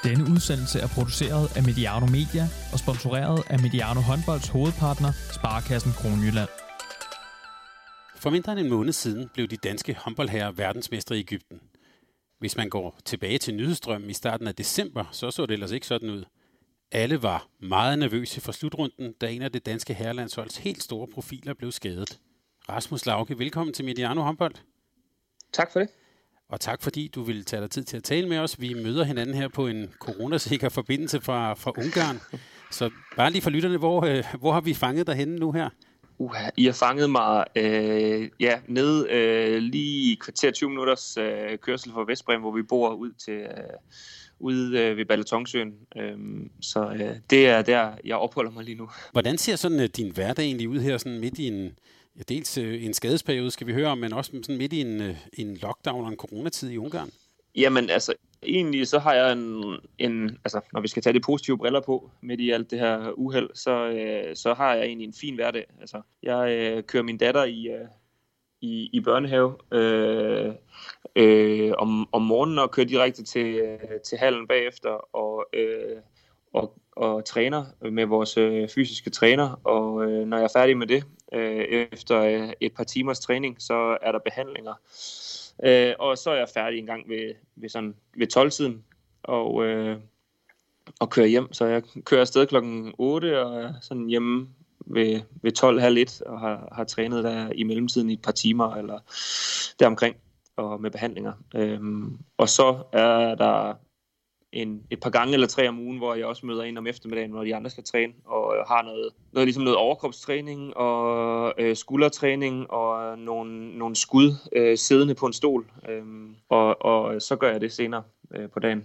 Denne udsendelse er produceret af Mediano Media og sponsoreret af Mediano Håndbolds hovedpartner, Sparekassen Kronjylland. For mindre end en måned siden blev de danske håndboldherrer verdensmestre i Egypten. Hvis man går tilbage til nyhedsstrømmen i starten af december, så det ellers ikke sådan ud. Alle var meget nervøse for slutrunden, da en af det danske herrelandsholds helt store profiler blev skadet. Rasmus Lauke, velkommen til Mediano Håndbold. Tak for det. Og tak fordi du ville tage dig tid til at tale med os. Vi møder hinanden her på en coronasikker forbindelse fra Ungarn. Så bare lige for lytterne, hvor har vi fanget dig henne nu her? I har fanget mig nede lige kvarter 20 minutters kørsel fra Vestbrem, hvor vi bor ude ved Balatonsøen. Det er der, jeg opholder mig lige nu. Hvordan ser sådan din hverdag egentlig ud her, sådan midt i en skadesperiode, skal vi høre om, men også sådan midt i en lockdown og en coronatid i Ungarn? Jamen altså, egentlig så har jeg når vi skal tage de positive briller på midt i alt det her uheld, så har jeg egentlig en fin hverdag. Altså, jeg kører min datter i børnehave om morgenen og kører direkte til hallen bagefter og træner med vores fysiske træner. Og når jeg er færdig med det, efter et par timers træning, så er der behandlinger. Og så er jeg færdig en gang ved 12-tiden og kører hjem. Så jeg kører afsted klokken 8 og er sådan hjemme ved 12:30 og har trænet der i mellemtiden i et par timer eller deromkring og med behandlinger. Og så er der et par gange eller 3 om ugen, hvor jeg også møder ind om eftermiddagen, når de andre skal træne, og har noget overkropstræning og skuldertræning og nogle skud siddende på en stol. Og så gør jeg det senere på dagen.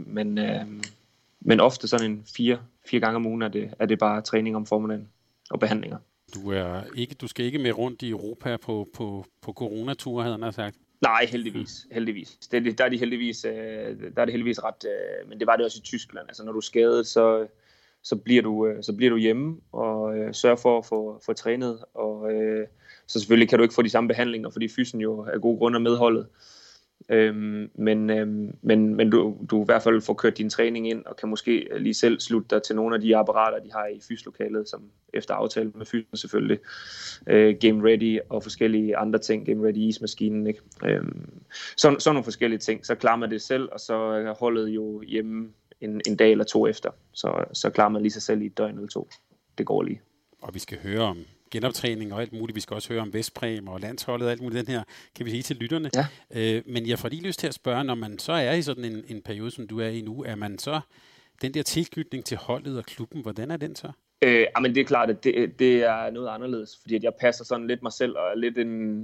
Men ofte sådan en 4 gange om ugen er det bare træning om formiddagen og behandlinger. Du skal ikke med rundt i Europa på coronature, havde han sagt. Nej, heldigvis. Der er det heldigvis ret, men det var det også i Tyskland. Altså når du er skadet, så bliver du hjemme og sørger for at få trænet, og så selvfølgelig kan du ikke få de samme behandlinger, fordi fysen jo af gode grunde er medholdet. Men du i hvert fald får kørt din træning ind, og kan måske lige selv slutte dig til nogle af de apparater, de har i fyslokalet, som efter aftale med fysen selvfølgelig, Game Ready og forskellige andre ting, Game Ready ismaskinen, ikke? Sådan nogle forskellige ting. Så klarer man det selv, og så er holdet jo hjemme en dag eller 2 efter. Så klarer man lige sig selv i et døgn eller 2. Det går lige. Og vi skal høre om genoptræning og alt muligt. Vi skal også høre om Vestbrem og landsholdet og alt muligt, den her, kan vi sige til lytterne. Ja. Men jeg får lige lyst til at spørge, når man så er i sådan en periode, som du er i nu, er man så den der tilknytning til holdet og klubben, hvordan er den så? Men det er klart, at det er noget anderledes, fordi at jeg passer sådan lidt mig selv og er lidt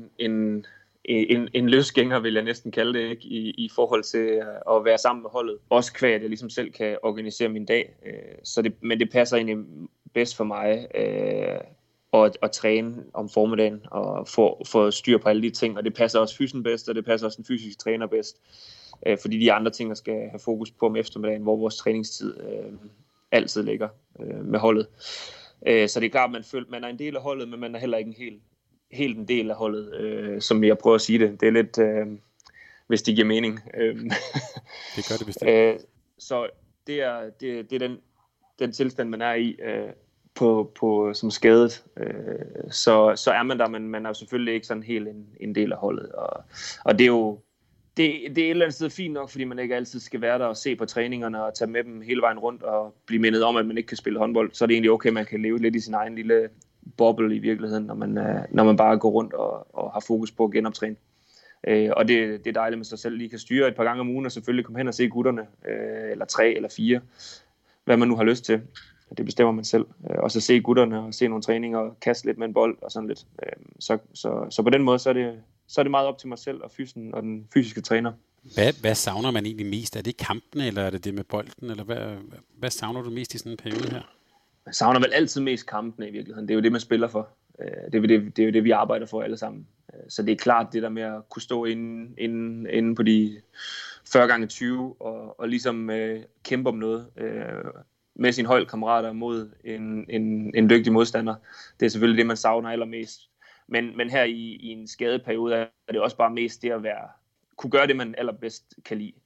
en løsgænger, vil jeg næsten kalde det, ikke? I forhold til at være sammen med holdet. Også kvæg, at jeg ligesom selv kan organisere min dag. Men det passer egentlig bedst for mig at træne om formiddagen og få styr på alle de ting. Og det passer også fysen bedst, og det passer også den fysiske træner bedst. Fordi de andre ting, der skal have fokus på om eftermiddagen, hvor vores træningstid altid ligger med holdet. Så det er klart, at man er en del af holdet, men man er heller ikke helt en del af holdet, som jeg prøver at sige det. Det er lidt, hvis det giver mening. Det gør det bestemt. Så det er den tilstand, man er i på som skadet. Så er man der, men man er jo selvfølgelig ikke sådan helt en del af holdet. Og det er jo det er et eller andet sted fint nok, fordi man ikke altid skal være der og se på træningerne og tage med dem hele vejen rundt og blive mindet om, at man ikke kan spille håndbold. Så er det egentlig okay, man kan leve lidt i sin egen lille boble i virkeligheden, når man bare går rundt og har fokus på at genoptræne. Og det er dejligt, at man så selv lige kan styre et par gange om ugen og selvfølgelig komme hen og se gutterne, eller 3 eller 4, hvad man nu har lyst til. Det bestemmer man selv. Og så se gutterne og se nogle træninger og kaste lidt med en bold og sådan lidt. Så på den måde, så er det meget op til mig selv og fysen og den fysiske træner. Hvad savner man egentlig mest? Er det kampene, eller er det med bolden? Eller hvad savner du mest i sådan en periode her? Man savner vel altid mest kampene i virkeligheden. Det er jo det, man spiller for. Det er jo det, vi arbejder for alle sammen. Så det er klart det der med at kunne stå inde på de 40x20 og ligesom kæmpe om noget med sine holdkammerater mod en dygtig modstander. Det er selvfølgelig det, man savner allermest. Men her i en skadeperiode er det også bare mest det at kunne gøre det, man allerbedst kan lide.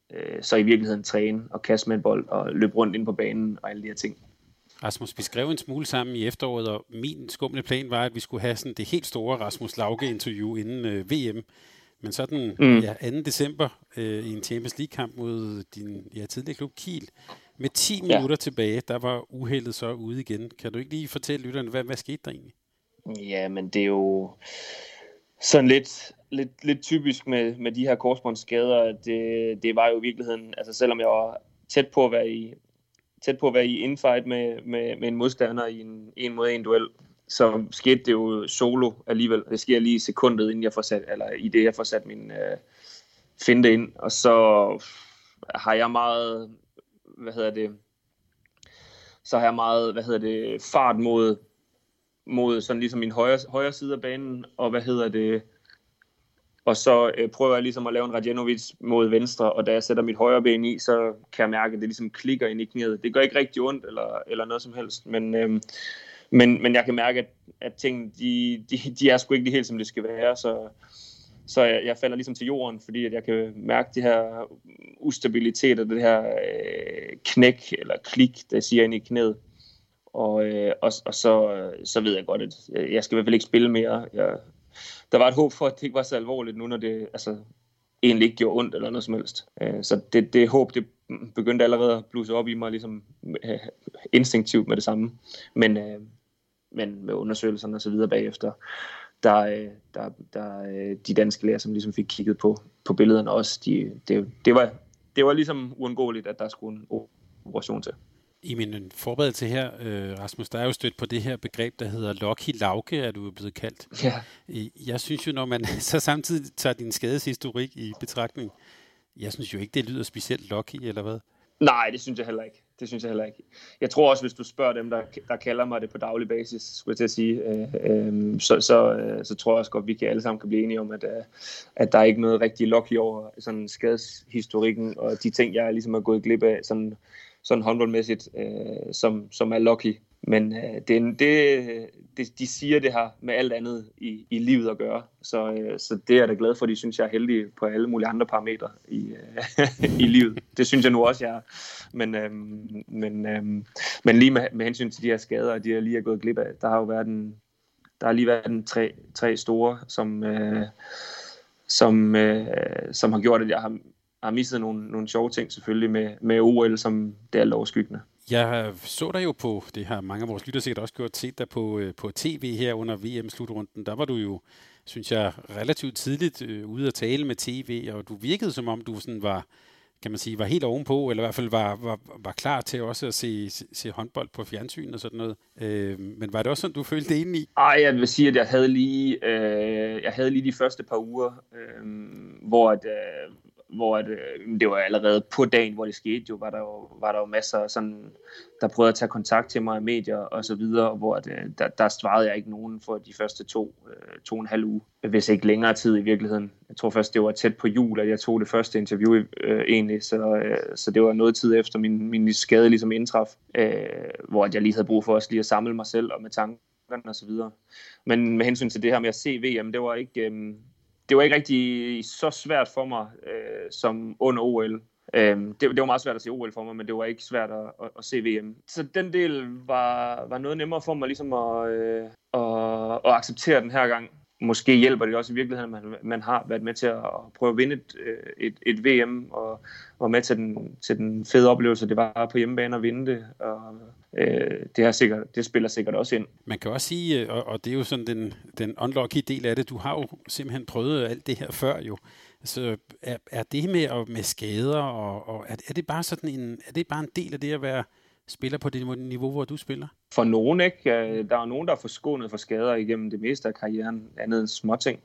så i virkeligheden træne og kaste med en bold og løbe rundt ind på banen og alle de her ting. Rasmus, vi skrev en smule sammen i efteråret, og min skumle plan var, at vi skulle have sådan det helt store Rasmus Lauge-interview inden VM. Men så den 2. december i en Champions League-kamp mod din tidligere klub Kiel, med 10 minutter tilbage, der var uheldet så ude igen. Kan du ikke lige fortælle lytterne, hvad skete der egentlig? Ja, men det er jo sådan lidt typisk med de her korsbåndsskader. Det var jo i virkeligheden, altså selvom jeg var tæt på at være i infight med en modstander i en mod en duel, så skete det jo solo alligevel. Det sker lige sekundet inden jeg får sat min finte ind, og så har jeg meget fart mod sådan ligesom min højre side af banen, og så prøver jeg ligesom at lave en Radjenovic mod venstre, og da jeg sætter mit højre ben i, så kan jeg mærke, at det ligesom klikker ind i knæet. Det gør ikke rigtig ondt eller noget som helst, men jeg kan mærke, at tingene, de er sgu ikke helt, som det skal være, så jeg falder ligesom til jorden, fordi at jeg kan mærke det her ustabilitet og det her knæk eller klik, der siger ind i knæet. Og så ved jeg godt, at jeg skal i hvert fald ikke spille mere. Der var et håb for, at det ikke var så alvorligt nu, når det egentlig ikke gjorde ondt eller noget som helst. Så det håb, det begyndte allerede at blusse op i mig ligesom instinktivt med det samme. Men med undersøgelserne og så videre bagefter, der de danske læger, som ligesom fik kigget på billederne også, det var ligesom uundgåeligt, at der skulle en operation til. I min forberedelse her, Rasmus, der er jo stødt på det her begreb, der hedder Lucky Lauge, er du blevet kaldt. Ja. Jeg synes jo, når man så samtidig tager din skadeshistorik i betragtning, jeg synes jo ikke, det lyder specielt lucky, eller hvad? Nej, det synes jeg heller ikke. Jeg tror også, hvis du spørger dem, der kalder mig det på daglig basis, skulle jeg til at sige, så tror jeg også godt, vi alle sammen kan blive enige om, at der er ikke noget rigtig lucky over sådan skadeshistorikken, og de ting, jeg ligesom har gået glip af, sådan håndboldmæssigt, som er lucky. Men de siger, det har med alt andet i livet at gøre. Så det er jeg da glad for, de synes, jeg er heldig på alle mulige andre parametre i livet. Det synes jeg nu også, jeg er. Men lige med hensyn til de her skader, de jeg lige er gået glip af, der har lige været tre store, som har gjort, at jeg har misset nogle sjove ting selvfølgelig med OL, som det er alt overskyggende. Jeg så dig jo på, det har mange af vores lytter sikkert også gjort, set dig på tv her under VM-slutrunden. Der var du jo, synes jeg, relativt tidligt ude at tale med tv, og du virkede som om du sådan var, kan man sige, var helt ovenpå, eller i hvert fald var klar til også at se håndbold på fjernsyn og sådan noget. Men var det også sådan, du følte det inde i? Ej, jeg vil sige, at jeg havde lige de første par uger, hvor det var allerede på dagen, hvor det skete, jo var der jo masser sådan, der prøvede at tage kontakt til mig af medier og så videre, hvor der svarede jeg ikke nogen for de første 2,5 uge, hvis ikke længere tid i virkeligheden. Jeg tror først, det var tæt på jul, at jeg tog det første interview egentlig, så det var noget tid efter min skade ligesom indtraf, hvor jeg lige havde brug for også lige at samle mig selv og med tankerne og så videre. Men med hensyn til det her med at se VM, det var ikke rigtig så svært for mig som under OL. Det var meget svært at se OL for mig, men det var ikke svært at se VM. Så den del var noget nemmere for mig ligesom at acceptere den her gang. Måske hjælper det også i virkeligheden, at man har været med til at prøve at vinde et VM og var med til den fede oplevelse, det var på hjemmebane at vinde det. Og det spiller sikkert også ind. Man kan også sige, og det er jo sådan den unlucky del af det, du har jo simpelthen prøvet alt det her før jo. Så er det med skader, og er det bare sådan er det bare en del af det at være spiller på det niveau, hvor du spiller? For nogen ikke. Der er nogen, der er forskånet for skader igennem det meste af karrieren, andet end småting.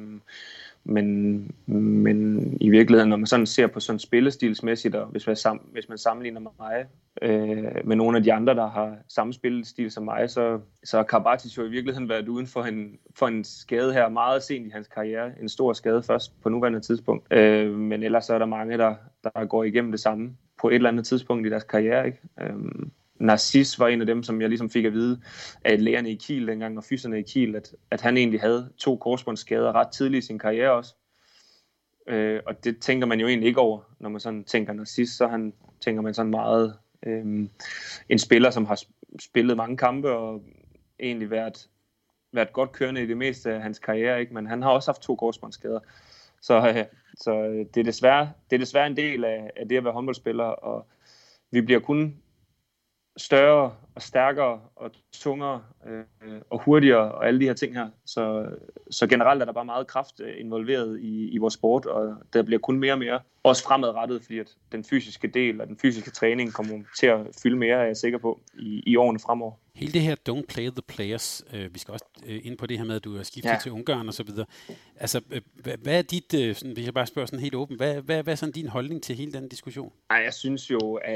Men i virkeligheden, når man sådan ser på sådan spillestilsmæssigt, og hvis man sammenligner mig med nogle af de andre, der har samme spillestil som mig, så har Karabatic jo i virkeligheden været uden for en skade her meget sent i hans karriere. En stor skade først på nuværende tidspunkt. Men ellers så er der mange, der går igennem det samme på et eller andet tidspunkt i deres karriere, ikke? Narcis var en af dem, som jeg ligesom fik at vide af lægerne i Kiel dengang, og fysierne i Kiel, at han egentlig havde 2 korsbåndsskader ret tidligt i sin karriere også. Og det tænker man jo egentlig ikke over, når man sådan tænker narcissist, tænker man sådan meget en spiller, som har spillet mange kampe og egentlig været godt kørende i det meste af hans karriere, ikke? Men han har også haft 2 korsbåndsskader. Så det er desværre en del af det at være håndboldspiller, og vi bliver kun større og stærkere og tungere og hurtigere og alle de her ting her. Så generelt er der bare meget kraft involveret i vores sport, og der bliver kun mere og mere. Også fremadrettet, fordi at den fysiske del og den fysiske træning kommer til at fylde mere, er jeg sikker på, i årene fremover. Hele det her don't play the players, vi skal også ind på det her med, at du er skiftet til Ungarn og så videre. Altså, hvad er dit, sådan, hvis jeg bare spørger sådan helt åbent, hvad er sådan din holdning til hele den diskussion? Nej, jeg synes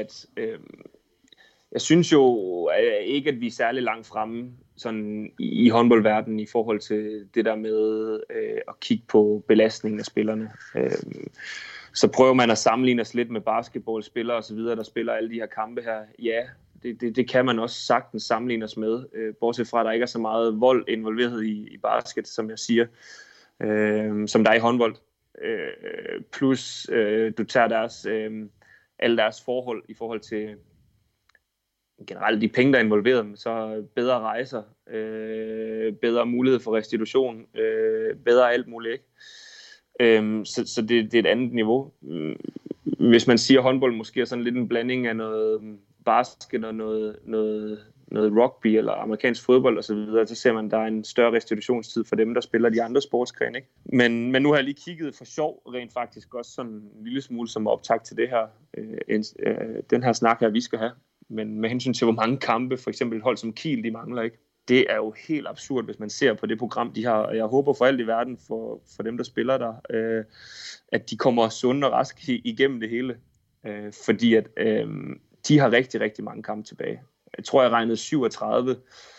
jo ikke, at vi er særlig langt fremme sådan i håndboldverdenen i forhold til det der med at kigge på belastningen af spillerne. Så prøver man at sammenligne os lidt med basketballspillere og så videre, der spiller alle de her kampe her. Ja, det kan man også sagtens sammenligne os med, bortset fra, at der ikke er så meget vold involveret i basket, som jeg siger, som der er i håndbold. Plus du tager alle deres forhold i forhold til generelt de penge, der er involveret, så bedre rejser, bedre mulighed for restitution, bedre alt muligt, ikke? Så det er et andet niveau. Hvis man siger, at håndbold måske er sådan lidt en blanding af noget basket og noget rugby eller amerikansk fodbold og så videre, så ser man, at der er en større restitutionstid for dem, der spiller de andre sportsgrene, ikke? Men nu har jeg lige kigget for sjov rent faktisk også sådan en lille smule som optakt til det her, den her snak her, vi skal have. Men med hensyn til, hvor mange kampe, for eksempel et hold som Kiel, de mangler, ikke? Det er jo helt absurd, hvis man ser på det program, de har. Og jeg håber for alt i verden, for dem, der spiller der, at de kommer sunde og raske igennem det hele. Fordi at de har rigtig, rigtig mange kampe tilbage. Jeg tror, jeg regnede 37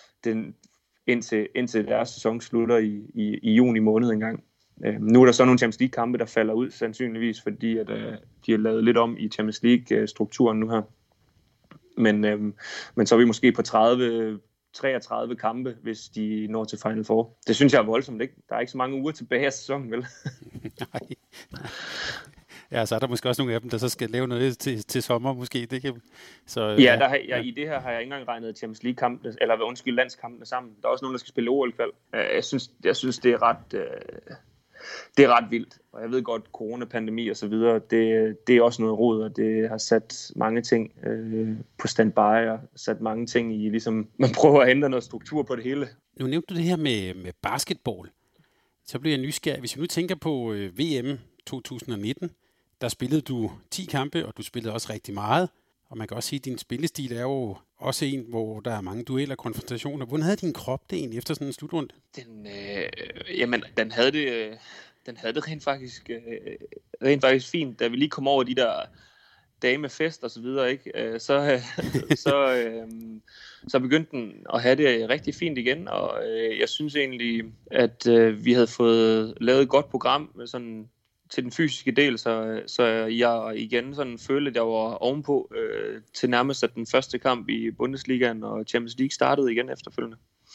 indtil deres sæson slutter i juni måned engang. Nu er der så nogle Champions League-kampe, der falder ud, sandsynligvis, fordi at, de har lavet lidt om i Champions League-strukturen nu her. Men så er vi måske på 33 kampe, hvis de når til Final Four. Det synes jeg er voldsomt, ikke? Der er ikke så mange uger tilbage af sæsonen, vel? Nej. Ja, så er der måske også nogle af dem, der så skal lave noget til sommer, måske. Det kan... Så, i det her har jeg ikke engang regnet Champions League-kampene, eller landskampene sammen. Der er også nogen, der skal spille OL-kval. Jeg synes, det er ret vildt. Og jeg ved godt, coronapandemi og så videre, det er også noget rod, og det har sat mange ting på standby, og sat mange ting i, ligesom man prøver at ændre noget struktur på det hele. Nu nævnte du det her med basketball. Så bliver jeg nysgerrig. Hvis vi nu tænker på VM 2019, der spillede du 10 kampe, og du spillede også rigtig meget. Og man kan også sige, at din spillestil er jo også en, hvor der er mange dueller og konfrontationer. Hvordan havde din krop det egentlig efter sådan en slutrunde? Den havde det rent faktisk fint, da vi lige kom over de der dage med fest og så videre, ikke? Så begyndte den at have det rigtig fint igen, og jeg synes egentlig, at vi havde fået lavet et godt program sådan til den fysiske del, så jeg igen sådan følte, at jeg var ovenpå til nærmest at den første kamp i Bundesligaen og Champions League startede igen efterfølgende.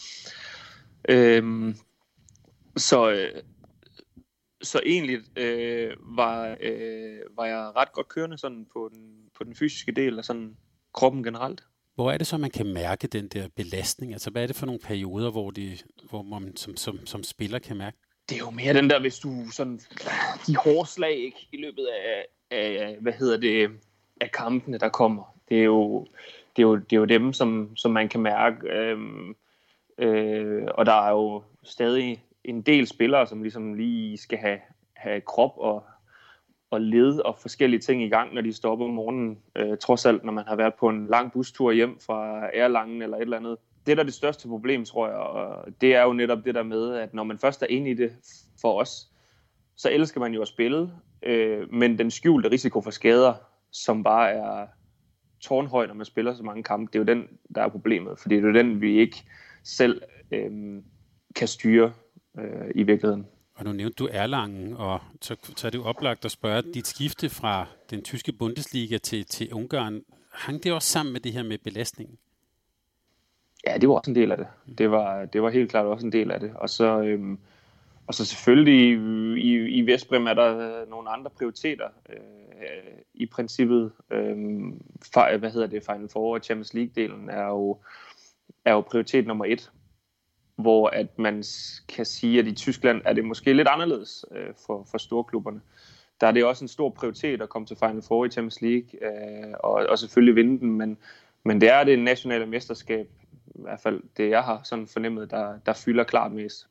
Så egentlig var jeg ret godt kørende sådan på den fysiske del og sådan kroppen generelt. Hvor er det så, man kan mærke den der belastning? Altså, hvad er det for nogle perioder, hvor man som spiller kan mærke? Det er jo mere den der, hvis du sådan de hårde slag, ikke, i løbet af af kampene, der kommer. Det er jo dem, som man kan mærke. Og der er jo stadig en del spillere, som ligesom lige skal have krop og led og forskellige ting i gang, når de står op om morgenen. Trods alt, når man har været på en lang bustur hjem fra Erlangen eller et eller andet. Det der er det største problem, tror jeg, og det er jo netop det der med, at når man først er inde i det for os, så elsker man jo at spille, men den skjulte risiko for skader, som bare er tårnhøj, når man spiller så mange kampe, det er jo den, der er problemet, fordi det er jo den, vi ikke selv kan styre i virkeligheden. Og nu nævnte du Erlangen, og så er det jo oplagt at spørge, dit skifte fra den tyske Bundesliga til Ungarn, hang det også sammen med det her med belastningen? Ja, det var også en del af det. Det var helt klart også en del af det. Og så Og så selvfølgelig i Veszprém er der nogle andre prioriteter. I princippet, Final Four og Champions League-delen er jo prioritet nummer 1. Hvor at man kan sige, at i Tyskland er det måske lidt anderledes for storklubberne. Der er det også en stor prioritet at komme til Final Four i Champions League, og selvfølgelig vinde den, men det er det nationale mesterskab, i hvert fald det jeg har sådan fornemmet, der fylder klart mest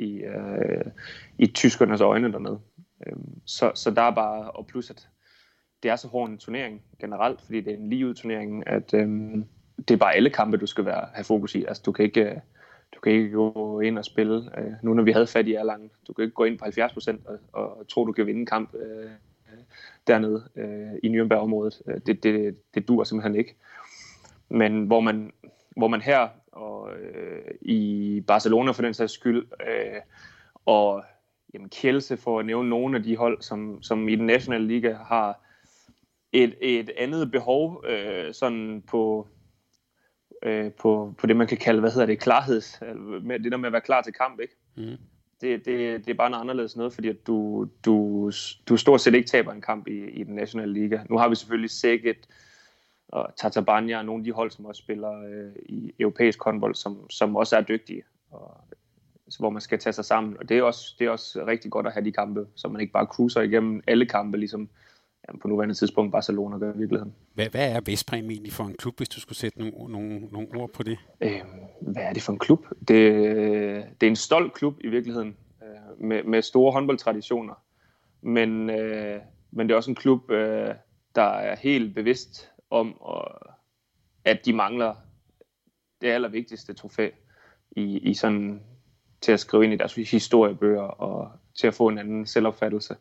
i tyskernes øjne dernede. Så der er bare, og plus at det er så hård en turnering generelt, fordi det er en ligeud turnering, at det er bare alle kampe, du skal have fokus i. Altså du kan ikke gå ind og spille, nu når vi havde fat i Erlangen, du kan ikke gå ind på 70% og tro, du kan vinde en kamp dernede i Nürnberg-området. Det duer simpelthen ikke. Men hvor man her og i Barcelona for den sags skyld, og Kielce for at nævne nogle af de hold, som i den nationale liga har et andet behov sådan på det, man kan kalde, klarheds. Det der med at være klar til kamp, ikke? Mm. Det er bare noget anderledes noget, fordi at du stort set ikke taber en kamp i den nationale liga. Nu har vi selvfølgelig Szeged og Tatabánya og nogle af de hold, som også spiller i europæisk håndbold, som også er dygtige, og hvor man skal tage sig sammen. Og det er også rigtig godt at have de kampe, så man ikke bare cruiser igennem alle kampe, ligesom på nuværende tidspunkt Barcelona gør i virkeligheden. Hvad er Veszprém egentlig for en klub, hvis du skulle sætte nogle ord på det? Hvad er det for en klub? Det er en stolt klub i virkeligheden, med store håndboldtraditioner. Men det er også en klub, der er helt bevidst om, at de mangler det allervigtigste trofæ i sådan, til at skrive ind i deres historiebøger og til at få en anden selvopfattelse.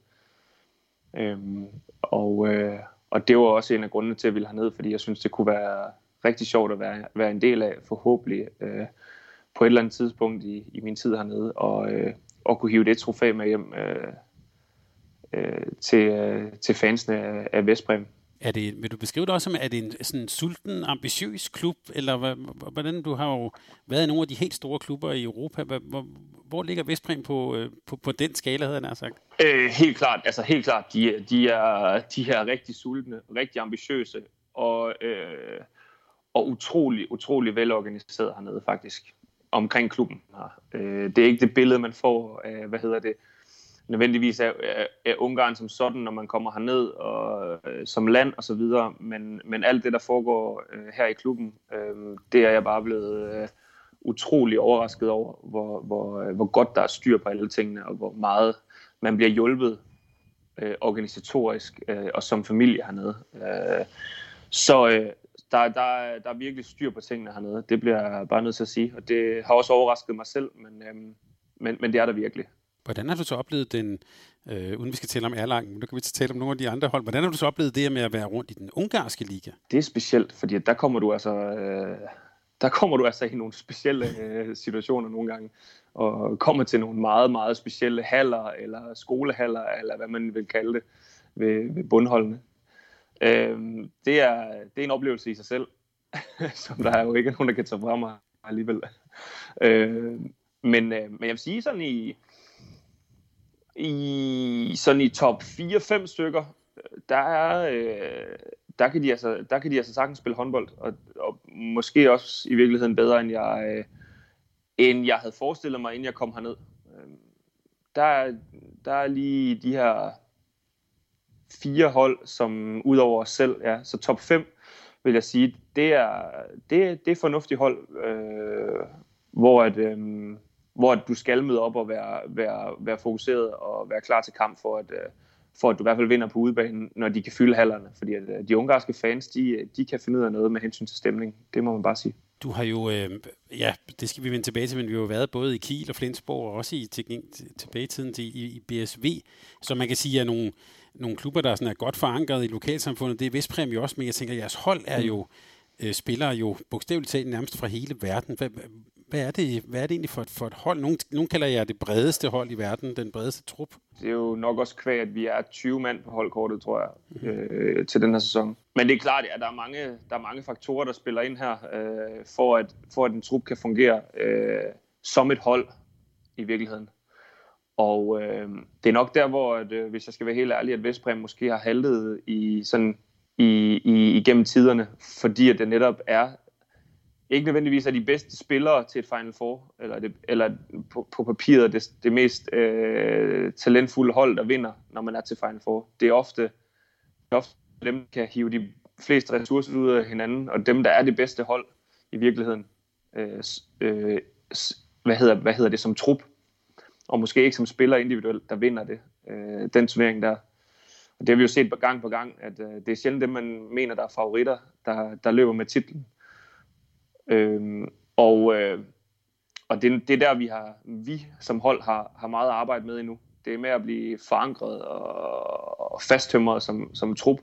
Og det var også en af grundene til, at jeg ville herned, fordi jeg synes, det kunne være rigtig sjovt at være en del af, forhåbentlig på et eller andet tidspunkt i min tid hernede, og kunne hive det trofæ med hjem til fansene af Veszprém. Vil du beskrive det også som, er det en sådan sulten, ambitiøs klub, eller hvordan du har jo været i nogle af de helt store klubber i Europa? Hvor ligger Veszprém på den skala, havde jeg nær sagt? Helt klart. De er rigtig sultne, rigtig ambitiøse og utrolig velorganiseret hernede faktisk omkring klubben. Det er ikke det billede, man får af, nødvendigvis af Ungarn som sådan, når man kommer herned og som land og så videre, men alt det, der foregår her i klubben, det er jeg bare blevet utrolig overrasket over, hvor godt der er styr på alle tingene, og hvor meget man bliver hjulpet organisatorisk og som familie hernede. Så der er virkelig styr på tingene hernede, det bliver jeg bare nødt til at sige, og det har også overrasket mig selv, men det er der virkelig. Hvordan har du så oplevet den, uden vi skal tale om Erlangen, nu kan vi tale om nogle af de andre hold, hvordan har du så oplevet det med at være rundt i den ungarske liga? Det er specielt, fordi der kommer du altså i nogle specielle situationer nogle gange, og kommer til nogle meget, meget specielle haller, eller skolehaller, eller hvad man vil kalde det, ved bundholdene. Det er en oplevelse i sig selv, som der er jo ikke nogen, der kan tage fra mig alligevel. Men jeg vil sige sådan i top 4-5 stykker, der kan de altså sagtens spille håndbold, og måske også i virkeligheden bedre, end jeg havde forestillet mig, inden jeg kom herned. Der er lige de her 4 hold, som ud over os selv, ja, så top 5 vil jeg sige, det er fornuftigt hold, hvor du skal møde op og være fokuseret og være klar til kamp for at du i hvert fald vinder på udebanen, når de kan fylde hallerne. Fordi at de ungarske fans, de kan finde ud af noget med hensyn til stemning. Det må man bare sige. Du har jo, det skal vi vende tilbage til, men vi har jo været både i Kiel og Flensborg, og også tilbage i tiden i BSV, så man kan sige, at nogle klubber, der sådan er godt forankret i lokalsamfundet, det er Veszprém jo også, men jeg tænker, at jeres hold er jo, spillere jo bogstaveligt talt nærmest fra hele verden. Hvad er det egentlig for et hold? Nogen kalder jer det bredeste hold i verden, den bredeste trup. Det er jo nok også kvæg, at vi er 20 mand på holdkortet, tror jeg, til den her sæson. Men det er klart, at der er mange faktorer, der spiller ind her, for at en trup kan fungere som et hold i virkeligheden. Og det er nok der, hvor, at, hvis jeg skal være helt ærlig, at Veszprém måske har haltet igennem tiderne, fordi at det netop er ikke nødvendigvis er de bedste spillere til et Final Four, eller på papiret det mest talentfulde hold, der vinder, når man er til Final Four. Det er ofte dem, der kan hive de fleste ressourcer ud af hinanden, og dem, der er det bedste hold i virkeligheden, hvad hedder det, som trup, og måske ikke som spiller individuelt, der vinder det, den turnering der. Og det har vi jo set gang på gang, at det er sjældent dem, man mener, der er favoritter, der løber med titlen. Og det er der, vi som hold har meget at arbejde med endnu. Det er med at blive forankret og fasttømret som trup,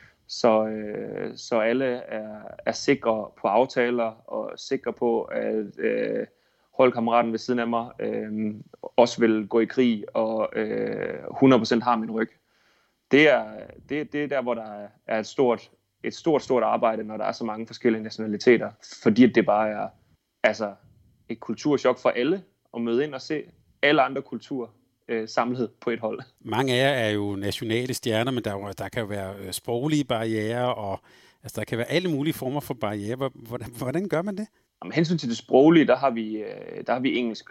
så alle er sikre på aftaler og sikre på, at holdkammeraten ved siden af mig også vil gå i krig og 100% har min ryg. Det er der, hvor der er et stort arbejde, når der er så mange forskellige nationaliteter, fordi det bare er et kulturschok for alle at møde ind og se alle andre kulturer samlet på et hold. Mange af jer er jo nationale stjerner, men der kan jo være sproglige barrierer, og der kan være alle mulige former for barrierer. Hvordan gør man det? Med hensyn til det sproglige, der har vi engelsk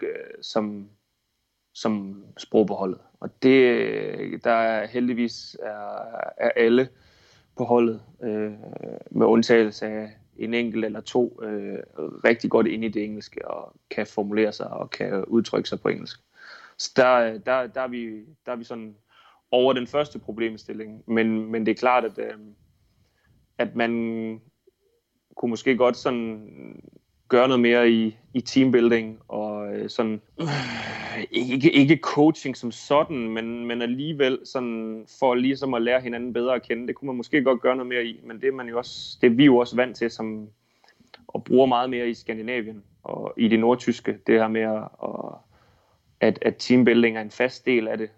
som sprog på holdet. Og det, der er heldigvis er alle på holdet, med undtagelse af en enkelt eller to, rigtig godt inde i det engelske, og kan formulere sig og kan udtrykke sig på engelsk. Så der er vi sådan over den første problemstilling, men det er klart, at man kunne måske godt sådan gøre noget mere i teambuilding og sådan ikke coaching som sådan, men alligevel sådan for ligesom at lære hinanden bedre at kende. Det kunne man måske godt gøre noget mere i, men det er vi jo også vant til som og bruger meget mere i Skandinavien og i det nordtyske, det her med at teambuilding er en fast del af det,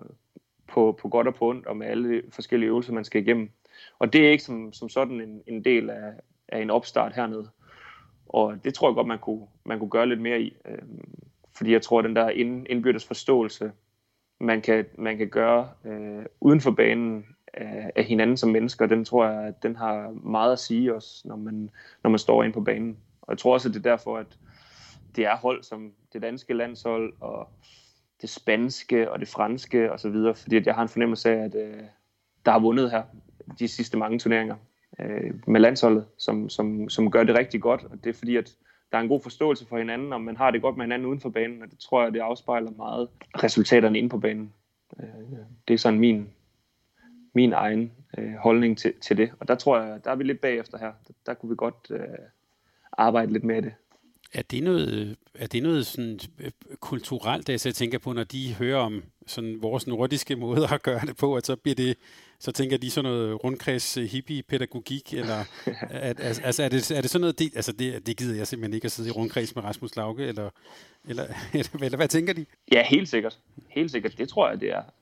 på godt og på ondt, og med alle forskellige øvelser, man skal igennem. Og det er ikke som sådan en del af en opstart hernede. Og det tror jeg godt, man kunne gøre lidt mere i. Fordi jeg tror, at den der indbyrdes forståelse, man kan gøre uden for banen af hinanden som mennesker, den tror jeg, at den har meget at sige også, når man står inde på banen. Og jeg tror også, at det er derfor, at det er hold som det danske landshold, og det spanske, og det franske, og så videre. Fordi at jeg har en fornemmelse af, at der har vundet her de sidste mange turneringer med landsholdet, som gør det rigtig godt. Og det er fordi, at der er en god forståelse for hinanden, og man har det godt med hinanden uden for banen, og det tror jeg, det afspejler meget resultaterne inde på banen. Det er sådan min egen holdning til det. Og der tror jeg, der er vi lidt bagefter her. Der kunne vi godt arbejde lidt med det. Er det noget sådan kulturelt, det jeg tænker på, når de hører om sådan vores nordiske måder at gøre det på, at så tænker de sådan noget rundkreds hippie-pædagogik, eller er det sådan noget, det gider jeg simpelthen ikke at sidde i rundkreds med Rasmus Lauke, eller hvad tænker de? Ja, helt sikkert. Helt sikkert. Det tror jeg, det er.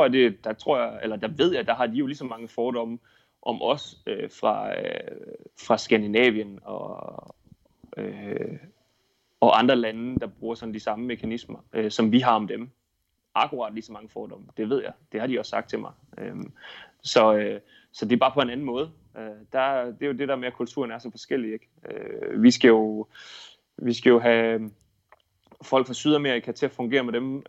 Der ved jeg, der har de jo lige så mange fordomme om os fra Skandinavien og andre lande, der bruger sådan de samme mekanismer, som vi har om dem. Akkurat lige så mange fordomme. Det ved jeg. Det har de også sagt til mig. Så det er bare på en anden måde. Det er jo det der med, at kulturen er så forskellig, ikke? Vi skal jo have folk fra Sydamerika til at fungere med dem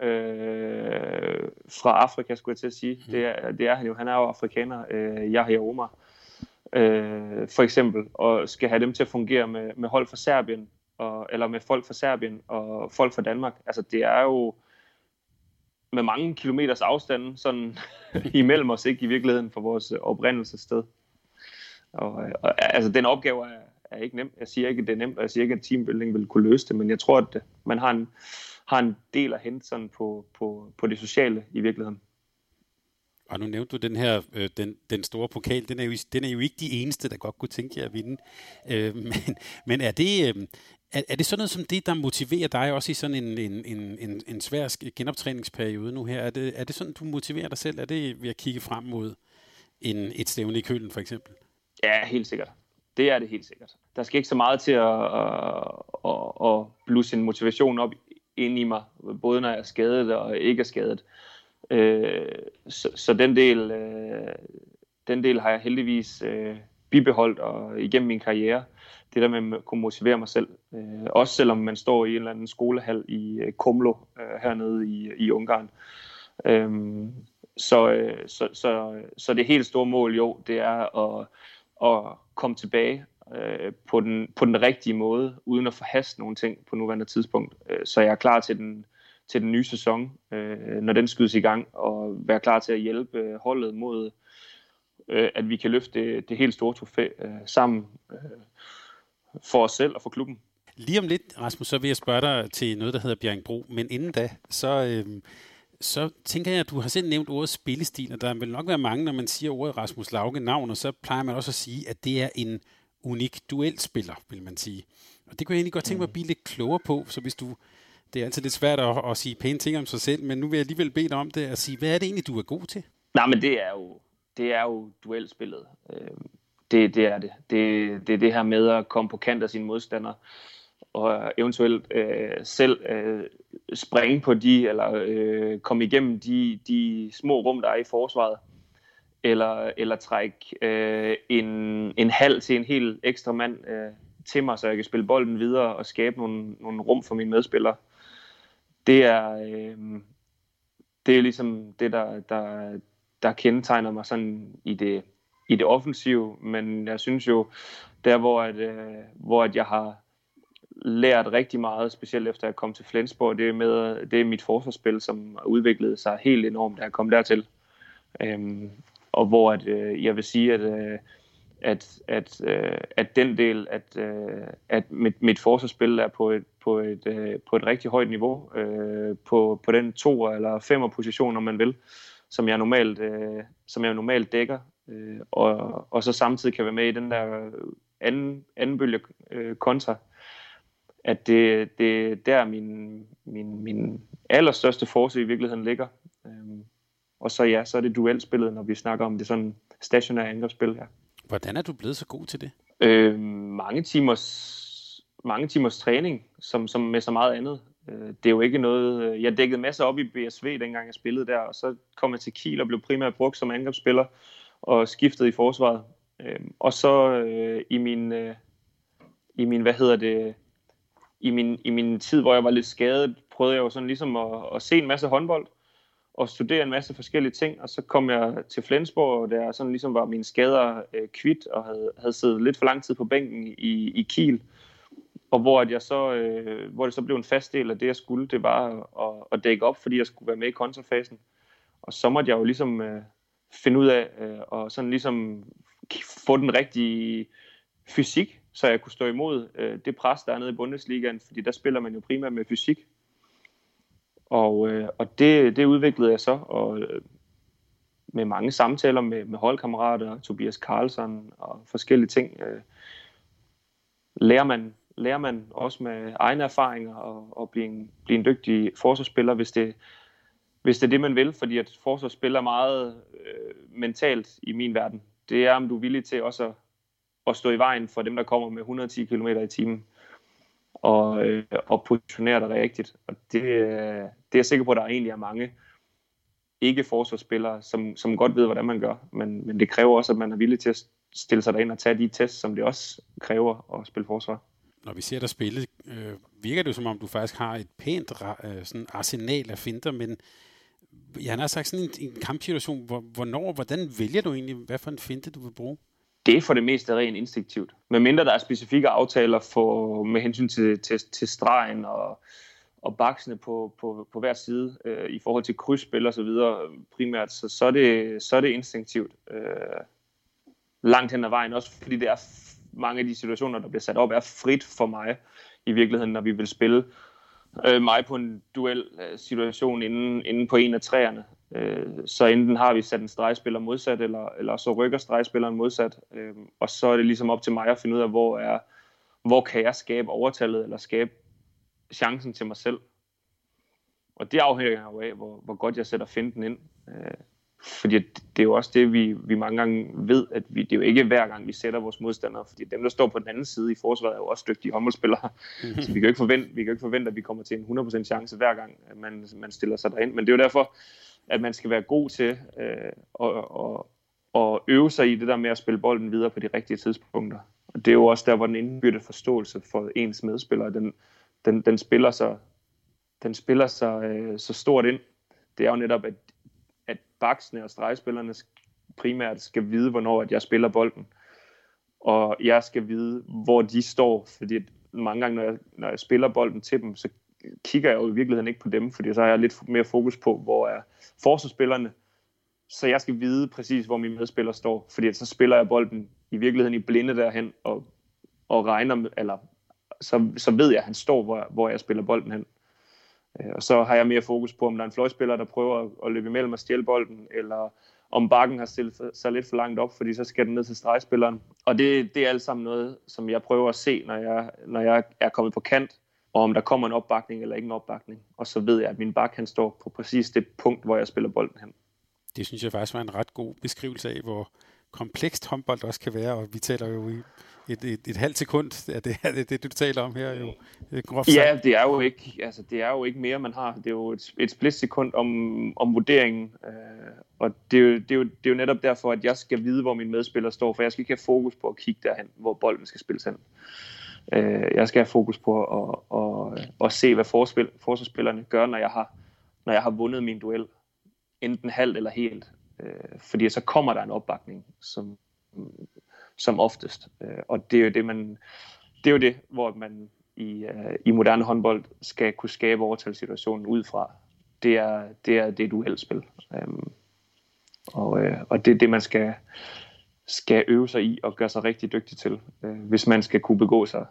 fra Afrika, skulle jeg til at sige. Det er han jo. Han er jo afrikaner. Yahya Omar. For eksempel, og skal have dem til at fungere med hold fra Serbien, eller med folk fra Serbien og folk fra Danmark. Altså det er jo med mange kilometers afstand sådan imellem os, ikke i virkeligheden, for vores oprindelsessted. Og altså den opgave er ikke nem. Jeg siger ikke, at det er nemt, og jeg siger ikke, at teambuilding vil kunne løse det, men jeg tror, at man har en del at hente sådan på det sociale i virkeligheden. Og nu nævnte du den her, den store pokal, den er jo ikke de eneste, der godt kunne tænke jer at vinde. Men er det sådan noget som det, der motiverer dig også i sådan en svær genoptræningsperiode nu her? Er det sådan, du motiverer dig selv? Er det ved at kigge frem mod et stævne i Køln for eksempel? Ja, helt sikkert. Det er det helt sikkert. Der skal ikke så meget til at blusse en motivation op inde i mig, både når jeg er skadet og ikke er skadet. Så den del har jeg heldigvis bibeholdt og igennem min karriere. Det der med at kunne motivere mig selv. Også selvom man står i en eller anden skolehal i Komlo hernede i Ungarn. Så det helt store mål jo, det er at komme tilbage på den rigtige måde, uden at forhaste nogle ting på nuværende tidspunkt. Så jeg er klar til den nye sæson, når den skydes i gang, og være klar til at hjælpe holdet mod, at vi kan løfte det helt store trofæ sammen for os selv og for klubben. Lige om lidt, Rasmus, så vil jeg spørge dig til noget, der hedder Bjerringbro, men inden da, så tænker jeg, at du har selv nævnt ordet spillestil, og der vil nok være mange, når man siger ordet Rasmus Lauge navn, og så plejer man også at sige, at det er en unik duelspiller, vil man sige. Og det kunne jeg egentlig godt tænke mig at blive lidt klogere på, så hvis du, det er altid lidt svært at sige pæne ting om sig selv, men nu vil jeg alligevel bede dig om det, at sige, hvad er det egentlig, du er god til? Nej, men det er jo duelspillet. Det er det. Det er det her med at komme på kant af sine modstandere, og eventuelt selv springe på eller komme igennem de små rum, der er i forsvaret, eller trække en halv til en helt ekstra mand til mig, så jeg kan spille bolden videre og skabe nogle rum for mine medspillere. Det er ligesom det, der kendetegner mig sådan i det offensive, men jeg synes jo, der hvor jeg har lært rigtig meget, specielt efter jeg kom til Flensborg, det er mit forsvarsspil, som har udviklet sig helt enormt, da jeg kom dertil. Og hvor jeg vil sige, at den del, at mit forsvarsspil er på et rigtig højt niveau, på den 2'er eller 5'er position, om man vil, som jeg normalt dækker, og så samtidig kan være med i den der anden bølge kontra, at det der min allerstørste force i virkeligheden ligger. Og så er det duelspillet, når vi snakker om det sådan stationære angrebsspil her. Hvordan er du blevet så god til det? Mange timers træning, som med så meget andet. Det er jo ikke noget. Jeg dækkede masser op i BSV, dengang jeg spillede der, og så kom jeg til Kiel og blev primært brugt som angrebsspiller og skiftede i forsvaret. Og så i min tid, hvor jeg var lidt skadet, prøvede jeg jo sådan ligesom at se en masse håndbold og studere en masse forskellige ting, og så kom jeg til Flensborg, der sådan ligesom var mine skader kvit og havde siddet lidt for lang tid på bænken i Kiel, og hvor det så blev en fast del af det, jeg skulle, det var at dække op, fordi jeg skulle være med i kontrafasen. Og så måtte jeg jo ligesom finde ud af og sådan ligesom få den rigtige fysik, så jeg kunne stå imod det pres, der er nede i Bundesligaen, fordi der spiller man jo primært med fysik. Og det udviklede jeg så, og med mange samtaler med holdkammerater, Tobias Karlsson og forskellige ting, lærer man også med egne erfaringer og blive en dygtig forsvarsspiller, hvis det er det, man vil, fordi at forsvarsspil er meget mentalt i min verden. Det er, om du er villig til også at stå i vejen for dem, der kommer med 110 km i timen, og positionere dig rigtigt. Og det er jeg sikker på, at der egentlig er mange ikke-forsvarsspillere, som godt ved, hvordan man gør. Men det kræver også, at man er villig til at stille sig derind og tage de tests, som det også kræver at spille forsvar. Når vi ser dig spille, virker det som om, du faktisk har et pænt sådan arsenal af finter, men jeg har sagt sådan en kampsituation, hvordan vælger du egentlig, hvad for en finte du vil bruge? Det er for det meste rent instinktivt. Medmindre der er specifikke aftaler med hensyn til stregen og baksene på hver side i forhold til krydsspil og så videre primært, så er det instinktivt langt hen ad vejen. Også fordi det er mange af de situationer, der bliver sat op, er frit for mig i virkeligheden, når vi vil spille mig på en duel-situation inde på en af træerne. Så enten har vi sat en stregspiller modsat, eller så rykker stregspilleren modsat, og så er det ligesom op til mig at finde ud af, hvor kan jeg skabe overtallet, eller skabe chancen til mig selv. Og det afhænger jo af, hvor godt jeg sætter finten ind. Fordi det er jo også det, vi mange gange ved, at det er jo ikke hver gang, vi sætter vores modstandere, fordi dem, der står på den anden side i forsvaret, er jo også dygtige håndboldspillere. Så vi kan jo ikke forvente, at vi kommer til en 100% chance hver gang, at man stiller sig derind. Men det er jo derfor, at man skal være god til at øve sig i det der med at spille bolden videre på de rigtige tidspunkter. Og det er jo også der, hvor den indbyggede forståelse for ens medspillere, den spiller sig så stort ind. Det er jo netop, at baksene og stregspillerne primært skal vide, hvornår at jeg spiller bolden. Og jeg skal vide, hvor de står, fordi mange gange, når jeg spiller bolden til dem, så kigger jeg jo i virkeligheden ikke på dem, fordi så har jeg lidt mere fokus på, hvor er forsvarsspillerne. Så jeg skal vide præcis, hvor mine medspillere står, fordi så spiller jeg bolden i virkeligheden i blinde derhen, og regner, eller så ved jeg, at han står, hvor jeg spiller bolden hen. Og så har jeg mere fokus på, om der er en fløjspiller, der prøver at løbe imellem og stjæle bolden, eller om bakken har stillet sig lidt for langt op, fordi så skal den ned til stregspilleren. Og det er alt sammen noget, som jeg prøver at se, når jeg er kommet på kant, og om der kommer en opbakning eller ikke en opbakning. Og så ved jeg, at min bak han står på præcis det punkt, hvor jeg spiller bolden hen. Det synes jeg faktisk var en ret god beskrivelse af, hvor komplekst håndbold også kan være, og vi taler jo i et halvt sekund af det, du taler om her. Jo. Ja, det er jo ikke mere, man har. Det er jo et splitsekund om vurderingen, og det er jo netop derfor, at jeg skal vide, hvor min medspiller står, for jeg skal ikke have fokus på at kigge derhen, hvor bolden skal spilles hen. Jeg skal have fokus på at se, hvad forsvarsspillerne gør, når jeg har vundet min duel, enten halvt eller helt. Fordi så kommer der en opbakning, som oftest. Og det er jo det, hvor man i moderne håndbold skal kunne skabe overtalssituationen ud fra. Det er det duelspil. Og det er det, man skal øve sig i og gøre sig rigtig dygtig til, hvis man skal kunne begå sig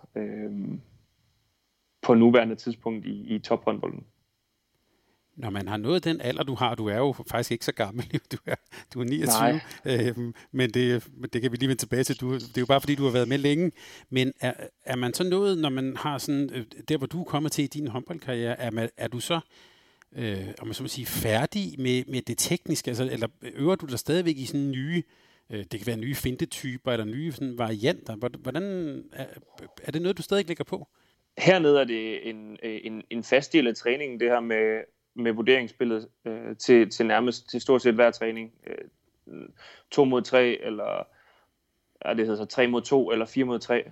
på nuværende tidspunkt i tophåndbolden. Når man har nået den alder, du har, du er jo faktisk ikke så gammel, du er 29, men det kan vi lige vende tilbage til. Det er jo bare fordi, du har været med længe, men er man så nået, når man har sådan, der hvor du er kommet til i din håndboldkarriere, er du så, om man så må sige, færdig med det tekniske, altså, eller øver du dig stadigvæk i sådan nye, det kan være nye fintetyper, eller nye sådan varianter, hvordan, er det noget, du stadig lægger på? Hernede er det en fast del af træningen, det her med vurderingsspillet til nærmest til stort set hver træning. 2 mod 3, eller det hedder så 3 mod 2, eller 4 mod 3.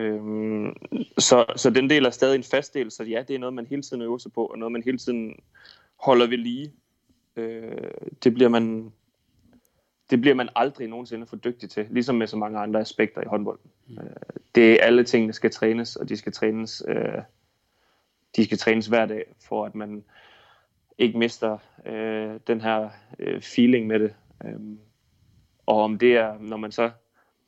Så den del er stadig en fast del, så ja, det er noget, man hele tiden øver sig på, og noget, man hele tiden holder ved lige. Det bliver man aldrig nogensinde for dygtig til, ligesom med så mange andre aspekter i håndbolden. Det er alle tingene, der skal trænes, og de skal trænes hver dag, for at man ikke mister den her feeling med det. Og om det er, når man så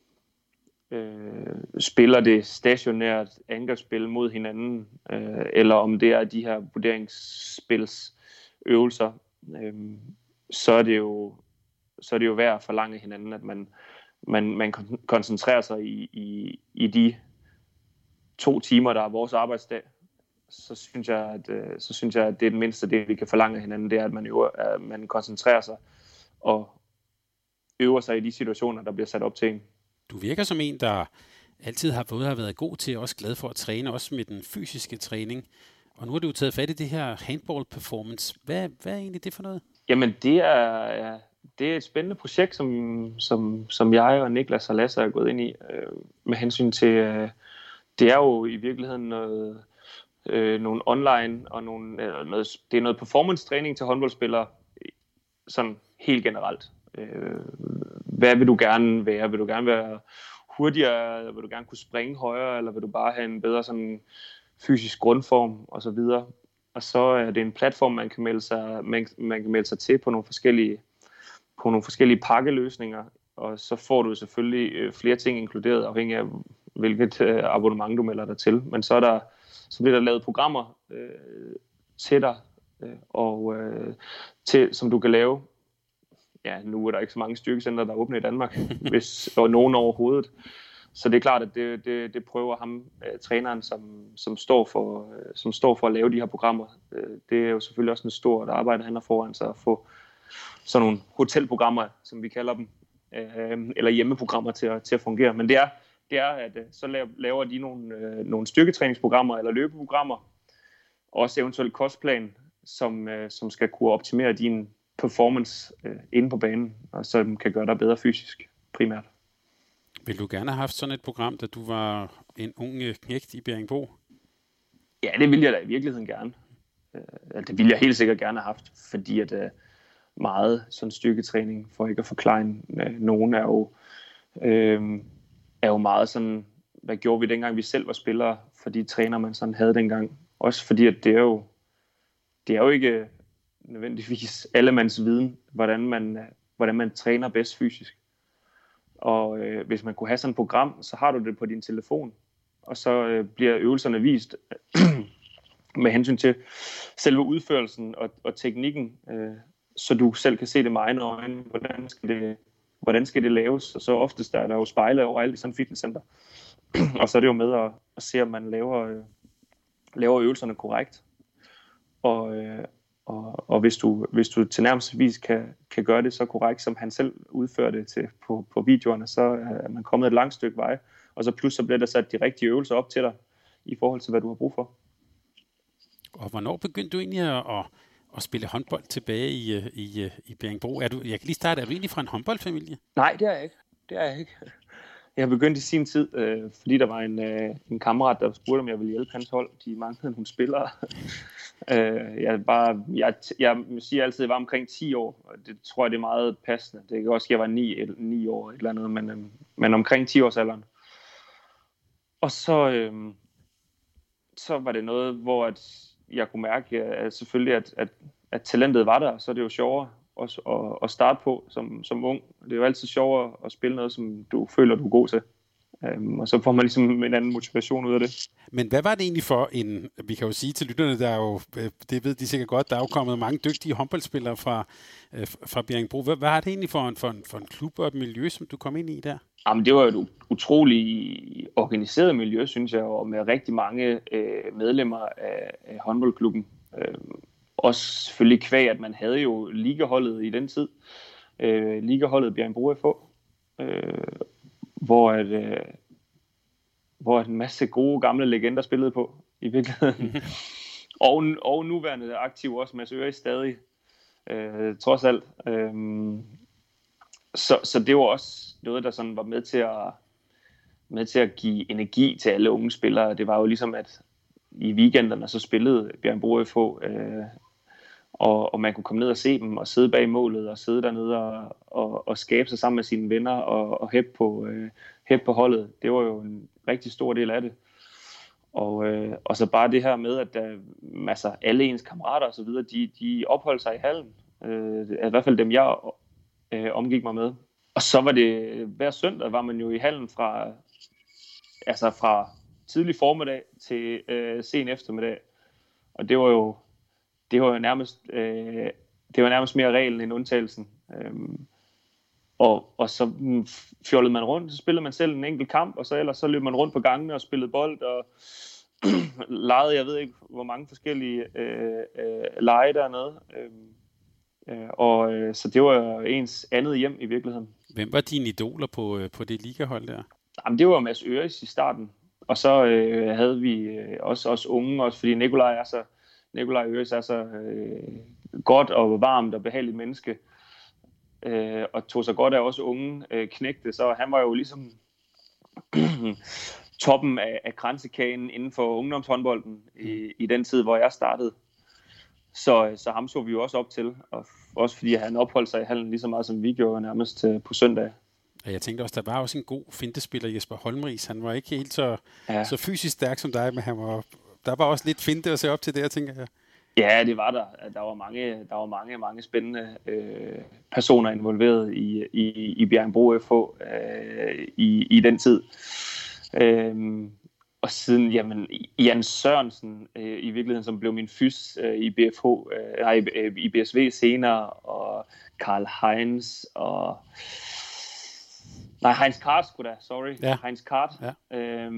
spiller det stationært angrebsspil mod hinanden, eller om det er de her vurderingsspilsøvelser, så er det jo værd at forlange hinanden, at man koncentrerer sig i de 2 timer, der er vores arbejdsdag. Så synes jeg, at det er det mindste, det vi kan forlange af hinanden, det er, at man koncentrerer sig og øver sig i de situationer, der bliver sat op til en. Du virker som en, der altid har været god til, og også glad for at træne, også med den fysiske træning. Og nu har du jo taget fat i det her handball performance. Hvad er egentlig det for noget? Jamen, det er et spændende projekt, som jeg og Niklas og Lasse er gået ind i, med hensyn til, det er jo i virkeligheden nogle online og det er noget performance-træning til håndboldspillere, sådan helt generelt. Hvad vil du gerne være? Vil du gerne være hurtigere, eller vil du gerne kunne springe højere, eller vil du bare have en bedre sådan fysisk grundform og så videre? Og så er det en platform, man kan melde sig til på nogle forskellige pakkeløsninger, og så får du selvfølgelig flere ting inkluderet, afhængig af hvilket abonnement du melder dig til. Men så bliver der lavet programmer til dig, som du kan lave. Ja, nu er der ikke så mange styrkecenter, der er åbne i Danmark, og nogen overhovedet. Så det er klart, at det prøver ham, træneren, som står for at lave de her programmer. Det er jo selvfølgelig også en stort arbejde, han har foran sig at sådan nogle hotelprogrammer, som vi kalder dem, eller hjemmeprogrammer til at fungere. Men det er at så laver de nogle styrketræningsprogrammer eller løbeprogrammer, også eventuelt kostplan, som skal kunne optimere din performance inde på banen, og som kan gøre dig bedre fysisk primært. Vil du gerne have haft sådan et program, da du var en ung knægt i Bjerringbro? Ja, det ville jeg da i virkeligheden gerne. Det ville jeg helt sikkert gerne have haft, fordi at meget sådan styrketræning, for ikke at forklare nogen, er jo meget sådan, hvad gjorde vi dengang vi selv var spillere, for de træner man sådan havde dengang. Også fordi at det er jo ikke nødvendigvis allemands viden, hvordan man træner bedst fysisk. Og hvis man kunne have sådan et program, så har du det på din telefon, og så bliver øvelserne vist med hensyn til selve udførelsen og teknikken, så du selv kan se det med egne øjne, hvordan skal det laves, og så oftest er der jo spejle overalt i sådan en fitnesscenter. Og så er det jo med at se, om man laver øvelserne korrekt. Og hvis du tilnærmelsesvis kan gøre det så korrekt, som han selv udfører det til på videoerne, så er man kommet et langt stykke vej. Og så pludselig bliver der sat de rigtige øvelser op til dig, i forhold til, hvad du har brug for. Og hvornår begyndte du egentlig at spille håndbold tilbage i Bjerringbro? Jeg kan lige starte. Er du egentlig fra en håndboldfamilie? Nej, det er jeg ikke. Jeg har begyndt i sin tid, fordi der var en kammerat, der spurgte, om jeg ville hjælpe hans hold. De manglede nogle spillere. Jeg siger altid, at jeg var omkring 10 år, og det tror jeg, det er meget passende. Det kan også ske, at jeg var 9 år eller andet, men omkring 10 års alderen. Og så var det noget, hvor jeg kunne mærke, at selvfølgelig, at talentet var der, så er det jo sjovere at starte på som ung. Det er jo altid sjovere at spille noget, som du føler, du er god til. Og så får man ligesom en anden motivation ud af det. Men hvad var det egentlig for vi kan jo sige til lytterne, der er jo, det ved de sikkert godt, der er jo kommet mange dygtige håndboldspillere fra Bjerringbro. Hvad var det egentlig for en klub og et miljø, som du kom ind i der? Jamen, det var et utroligt organiseret miljø, synes jeg, og med rigtig mange medlemmer af håndboldklubben. Også selvfølgelig kvæg, at man havde jo ligaholdet i den tid. Ligaholdet Bjerringbro FH. Hvor en masse gode gamle legender spillede på i virkeligheden. og nuværende aktiv også, Mads Øres stadig, trods alt. Så det var også noget, der sådan var med til at give energi til alle unge spillere. Det var jo ligesom, at i weekenderne så spillede Bjerringbro FH, og man kunne komme ned og se dem, og sidde bag målet, og sidde dernede og skabe sig sammen med sine venner, og hæppe på holdet. Det var jo en rigtig stor del af det. Og så bare det her med, at alle ens kammerater og så videre, de opholdt sig i hallen. I hvert fald dem, jeg omgik mig med. Og så var det, hver søndag var man jo i hallen fra tidlig formiddag til sen eftermiddag. Og det var jo nærmest mere reglen end undtagelsen. Og så fjollede man rundt, så spillede man selv en enkelt kamp, og så løb man rundt på gangene og spillede bold, og legede, jeg ved ikke, hvor mange forskellige lege dernede. Så det var ens andet hjem i virkeligheden. Hvem var dine idoler på det ligahold der? Jamen, det var Mads Øres i starten, og så havde vi også unge, også fordi Nikolaj Øres er så godt og varmt og behageligt menneske, og tog sig godt af også unge knægte, så han var jo ligesom toppen af kransekagen inden for ungdomshåndbolden i den tid, hvor jeg startede. Så ham så vi jo også op til, og også fordi han opholdt sig i hallen lige så meget, som vi gjorde nærmest på søndag. Jeg tænkte også, der var også en god fintespiller, Jesper Holmris. Han var ikke helt så fysisk stærk som dig, men der var også lidt finte at se op til det, tænker jeg. Ja, det var der. Der var mange spændende personer involveret i Bjerringbro FH i den tid. Og siden, Jan Sørensen i virkeligheden, som blev min fys i BSV senere, og Karl Heinz og Heinz Kart Ja. Heinz Kart. Ja.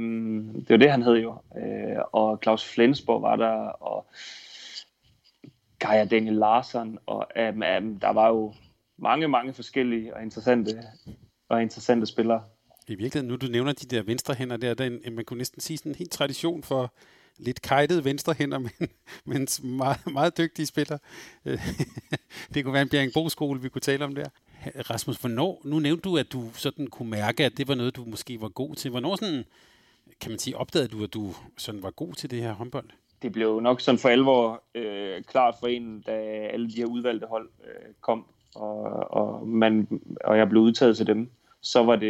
Det var det, han hed jo. Og Claus Flensborg var der, og Geir Daniel Larsson, og der var jo mange forskellige og interessante spillere. I virkeligheden, nu du nævner de der venstrehænder der, man kunne næsten sige sådan en helt tradition for lidt kajtede venstrehænder, men meget, meget dygtige spillere. Det kunne være en Bjerringbro-skole, vi kunne tale om der. Rasmus, hvornår, nu nævnte du, at du sådan kunne mærke, at det var noget, du måske var god til. Hvornår sådan, kan man sige, opdagede du, at du sådan var god til det her håndbold? Det blev jo nok sådan for alvor klart for en, da alle de her udvalgte hold kom, og jeg blev udtaget til dem. Så var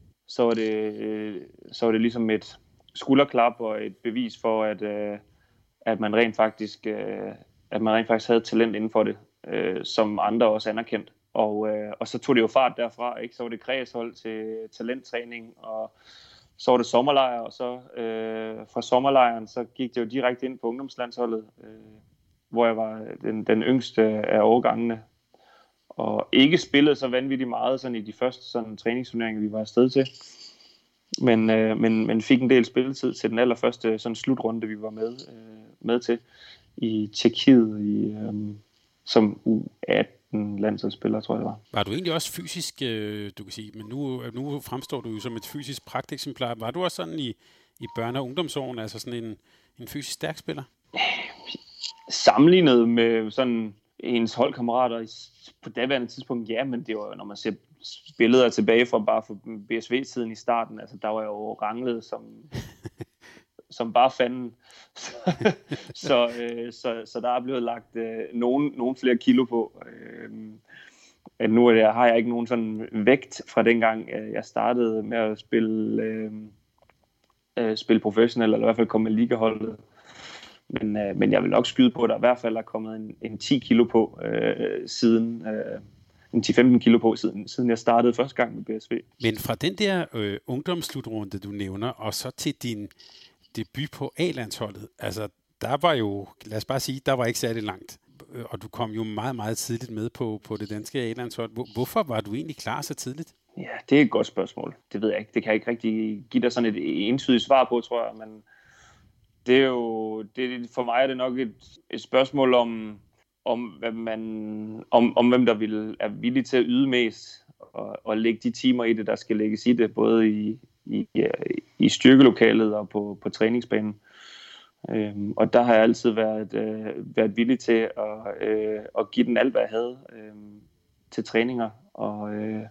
det ligesom et skulderklap og et bevis for, at man rent faktisk havde talent inden for det, som andre også anerkendt. Og så tog det jo fart derfra, ikke? Så var det kredshold til talenttræning, og så var det sommerlejr, og så fra sommerlejren, så gik det jo direkte ind på ungdomslandsholdet, hvor jeg var den yngste af årgangene, og ikke spillede så vanvittigt meget sådan i de første sådan, træningsturneringer, vi var afsted til, men fik en del spilletid til den allerførste sådan, slutrunde, vi var med til i Tjekkiet som U18-landsholdsspiller, tror jeg det var. Var du egentlig også fysisk, du kan sige, men nu fremstår du jo som et fysisk pragteksemplar. Var du også sådan i børne- og ungdomsårene, altså sådan en fysisk stærk spiller? Sammenlignet med sådan ens holdkammerater på daværende tidspunkt, ja, men det var jo, når man ser billeder tilbage fra bare for BSV-tiden i starten, altså der var jeg jo ranglet som bare fanden. Så der er blevet lagt nogle flere kilo på. Nu har jeg ikke nogen sådan vægt fra dengang, jeg startede med at spille professionelt, eller i hvert fald komme med ligaholdet. Men jeg vil nok skyde på, at der i hvert fald er kommet en 10 kilo på siden... en 10-15 kilo på, siden jeg startede første gang med BSV. Men fra den der ungdomsslutrunde, du nævner, og så til din debut på A-landsholdet, altså der var jo, lad os bare sige, der var ikke særlig langt. Og du kom jo meget, meget tidligt med på det danske A-landshold. Hvorfor var du egentlig klar så tidligt? Ja, det er et godt spørgsmål. Det ved jeg ikke. Det kan jeg ikke rigtig give dig sådan et entydigt svar på, tror jeg. Men det er jo, for mig er det nok et spørgsmål om hvem der er villig til at yde mest og lægge de timer i det, der skal lægges i det, både i styrkelokalet og på træningsbanen. Og der har jeg altid været villig til at give den alt, hvad jeg havde til træninger, og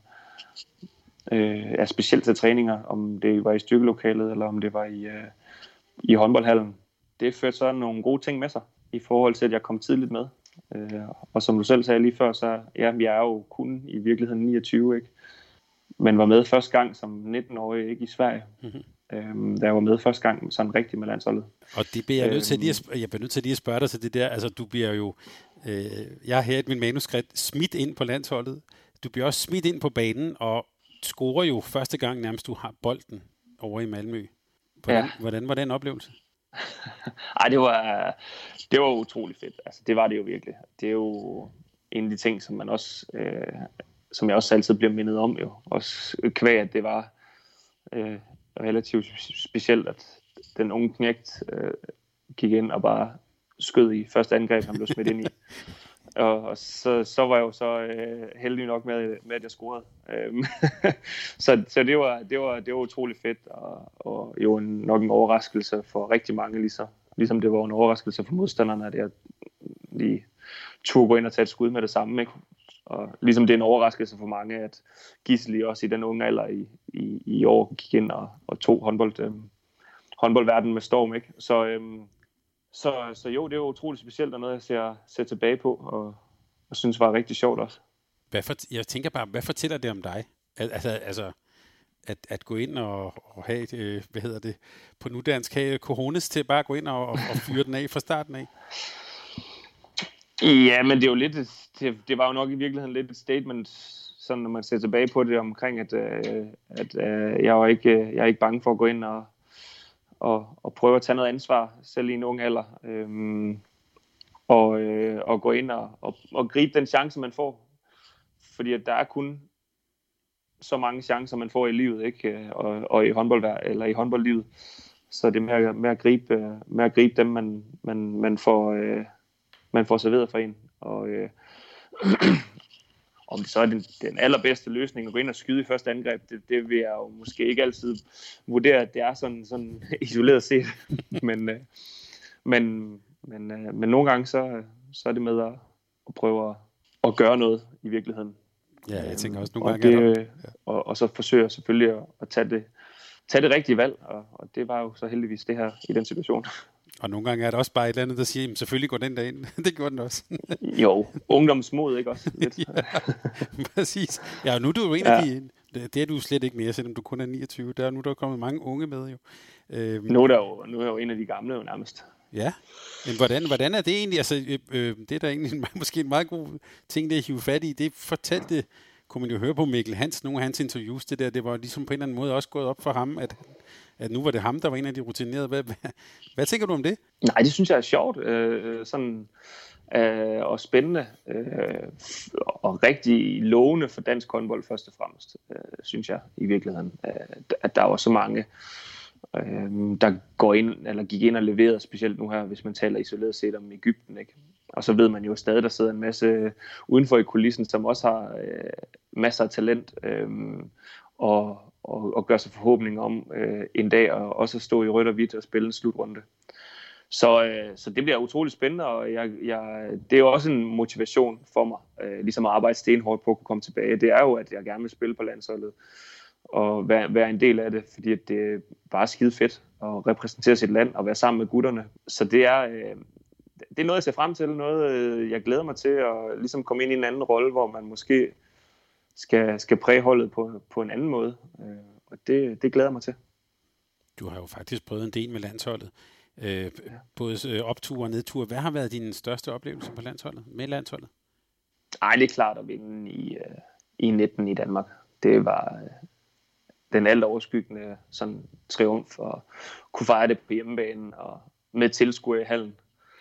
specielt til træninger, om det var i styrkelokalet, eller om det var i håndboldhallen. Det førte så nogle gode ting med sig, i forhold til, at jeg kom tidligt med. Og som du selv sagde lige før, så jeg er jo kun i virkeligheden 29, ikke? Men var med første gang som 19-årig, ikke i Sverige. Mm-hmm. Da jeg var med første gang sådan rigtig med landsholdet. Og det bliver jeg nødt til lige at spørge dig til det der. Altså du bliver jo, jeg har her i min manuskript, smidt ind på landsholdet. Du bliver også smidt ind på banen og scorer jo første gang nærmest du har bolden over i Malmø. Hvordan var den oplevelse? Ej, det var utrolig fedt. Altså, det var det jo virkelig. Det er jo en af de ting, som man også, som jeg også altid bliver mindet om, jo. Også kvæg, at det var relativt specielt, at den unge knægt gik ind og bare skød i første angreb, han blev smidt ind i. Og så var jeg jo så heldig nok med, at jeg scorede. Så det var utrolig fedt, og jo nok en overraskelse for rigtig mange, ligesom det var en overraskelse for modstanderne, at jeg lige tog gå ind og tage et skud med det samme, ikke? Og ligesom det er en overraskelse for mange, at Gisli også i den unge alder i år gik ind og tog håndboldverdenen med storm, ikke? Så jo, det er jo utroligt specielt, og noget, jeg ser tilbage på, og synes var rigtig sjovt også. Jeg tænker bare, hvad fortæller det om dig? Altså at gå ind og have, på nudansk, have cojones til bare at gå ind og fyre den af fra starten af? Ja, men det er jo lidt, det var jo nok i virkeligheden lidt et statement, sådan når man ser tilbage på det omkring, at jeg er ikke bange for at gå ind og prøve at tage noget ansvar, selv i en ung alder, og gå ind og gribe den chance, man får. Fordi at der er kun så mange chancer, man får i livet, ikke? Og i i håndboldlivet. Så det er med at gribe dem, man man får serveret for en. Og om det så er den allerbedste løsning at gå ind og skyde i første angreb, det vil jeg jo måske ikke altid vurdere, at det er sådan isoleret set. men nogle gange så er det med at prøve at gøre noget i virkeligheden. Ja, jeg tænker også nogle gange. Og så forsøger jeg selvfølgelig at tage det rigtige valg, og det var jo så heldigvis det her i den situation. Og nogle gange er der også bare et eller andet, der siger, selvfølgelig går den der ind. Det gjorde den også. Jo, ungdomsmod, ikke også? Lidt. Ja, præcis. Ja, og nu er du jo en af de... Det er du slet ikke mere, selvom du kun er 29. Nu er der kommet mange unge med jo. Nu er jeg jo en af de gamle jo nærmest. Ja, men hvordan er det egentlig? Altså, det er da egentlig måske en meget god ting, det at hive fat i. Det fortalte, kunne man jo høre på Mikkel Hansen, nogle af hans interviews, det var ligesom på en eller anden måde også gået op for ham, at nu var det ham, der var en af de rutinerede. Hvad tænker du om det? Nej, det synes jeg er sjovt. Og spændende. Og rigtig lovende for dansk håndbold først og fremmest, synes jeg i virkeligheden. At der var så mange, der gik ind og leverede, specielt nu her, hvis man taler isoleret set om Egypten, ikke? Og så ved man jo stadig, der sidder en masse udenfor i kulissen, som også har masser af talent, og gør sig forhåbning om en dag at også stå i rødt og hvidt og spille en slutrunde. Så det bliver utroligt spændende, og det er jo også en motivation for mig, ligesom at arbejde stenhårdt på at kunne komme tilbage. Det er jo, at jeg gerne vil spille på landsholdet og være en del af det, fordi det er bare skide fedt at repræsentere sit land og være sammen med gutterne. Så det er noget, jeg ser frem til, noget jeg glæder mig til at ligesom komme ind i en anden rolle, hvor man måske skal præge holdet på en anden måde. Og det glæder mig til. Du har jo faktisk prøvet en del med landsholdet. Både opture og nedture. Hvad har været din største oplevelse på landsholdet, med landsholdet? Ej, det er klart at vinde i 19 i Danmark. Det var den alt overskyggende sådan triumf, og kunne fejre det på hjemmebanen og med tilskuere i hallen.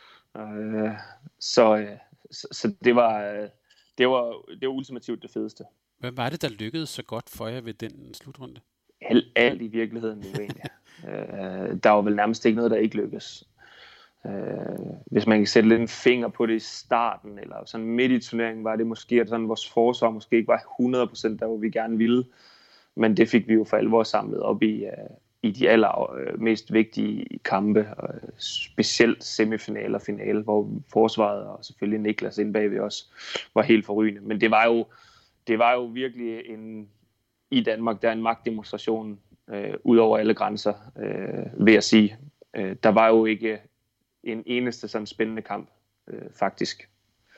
Så det var ultimativt det fedeste. Hvad var det, der lykkedes så godt for jer ved den slutrunde? Alt i virkeligheden jo egentlig. Der var vel nærmest ikke noget, der ikke lykkedes. Hvis man kan sætte lidt en finger på det i starten, eller sådan midt i turneringen, var det måske, at sådan vores forsvar måske ikke var 100% der, hvor vi gerne ville. Men det fik vi jo for alvor samlet op i de mest vigtige kampe, og specielt semifinaler og finale, hvor forsvaret og selvfølgelig Niklas inde bagved os var helt forrygende. Men det var jo virkelig i Danmark, der er en magtdemonstration ud over alle grænser, vil jeg sige. Der var jo ikke en eneste sådan spændende kamp, faktisk.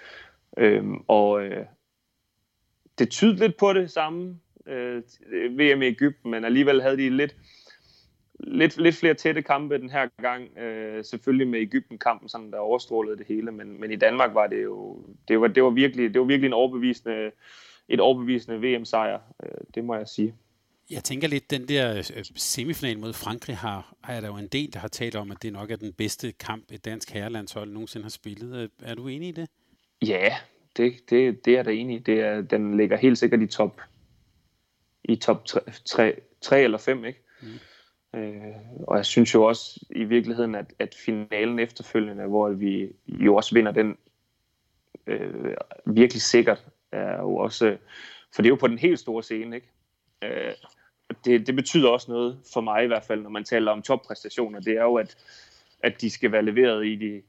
Det tydede lidt på det samme VM i Egypten, men alligevel havde de lidt flere tætte kampe den her gang. Selvfølgelig med Egypten-kampen, sådan der overstrålede det hele, men i Danmark var det jo det var virkelig et overbevisende VM-sejr, det må jeg sige. Jeg tænker lidt, den der semifinal mod Frankrig er der jo en del, der har talt om, at det nok er den bedste kamp, et dansk herrelandshold nogensinde har spillet. Er du enig i det? Ja, det er der enig i. Den ligger helt sikkert i top 3 eller 5, ikke? Og jeg synes jo også i virkeligheden, at finalen efterfølgende, hvor vi jo også vinder den virkelig sikkert, er jo også, for det er jo på den helt store scene, ikke? Det betyder også noget for mig i hvert fald, når man taler om toppræstationer. Det er jo, at de skal være leveret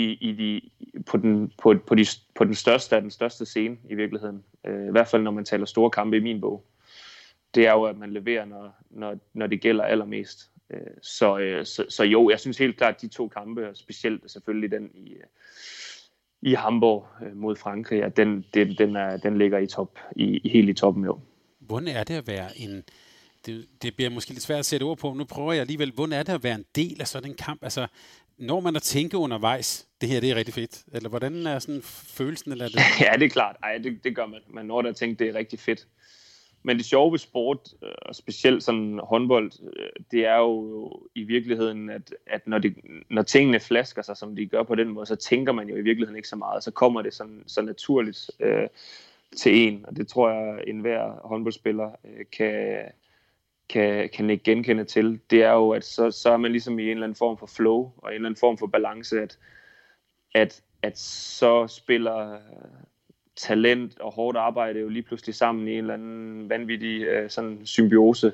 på den største scene i virkeligheden. I hvert fald når man taler store kampe i min bog. Det er jo, at man leverer, når det gælder allermest. Så jo, jeg synes helt klart, at de to kampe, specielt selvfølgelig den i Hamburg mod Frankrig, at den ligger helt i toppen jo. Hvordan er det at være det bliver måske lidt svært at sætte ord på, nu prøver jeg alligevel, hvordan er det at være en del af sådan en kamp? Altså, når man at tænke undervejs, det her det er rigtig fedt, eller hvordan er sådan følelsen? Eller det? Ja, det er klart. Ej, det gør man. Man når der at tænke, det er rigtig fedt. Men det sjove ved sport, og specielt sådan håndbold, det er jo i virkeligheden, at når tingene flasker sig, som de gør på den måde, så tænker man jo i virkeligheden ikke så meget. Så kommer det så naturligt til en, og det tror jeg, enhver håndboldspiller kan ikke genkende til. Det er jo, at så er man ligesom i en eller anden form for flow, og en eller anden form for balance, at så spiller talent og hårdt arbejde jo lige pludselig sammen i en eller anden vanvittig sådan symbiose.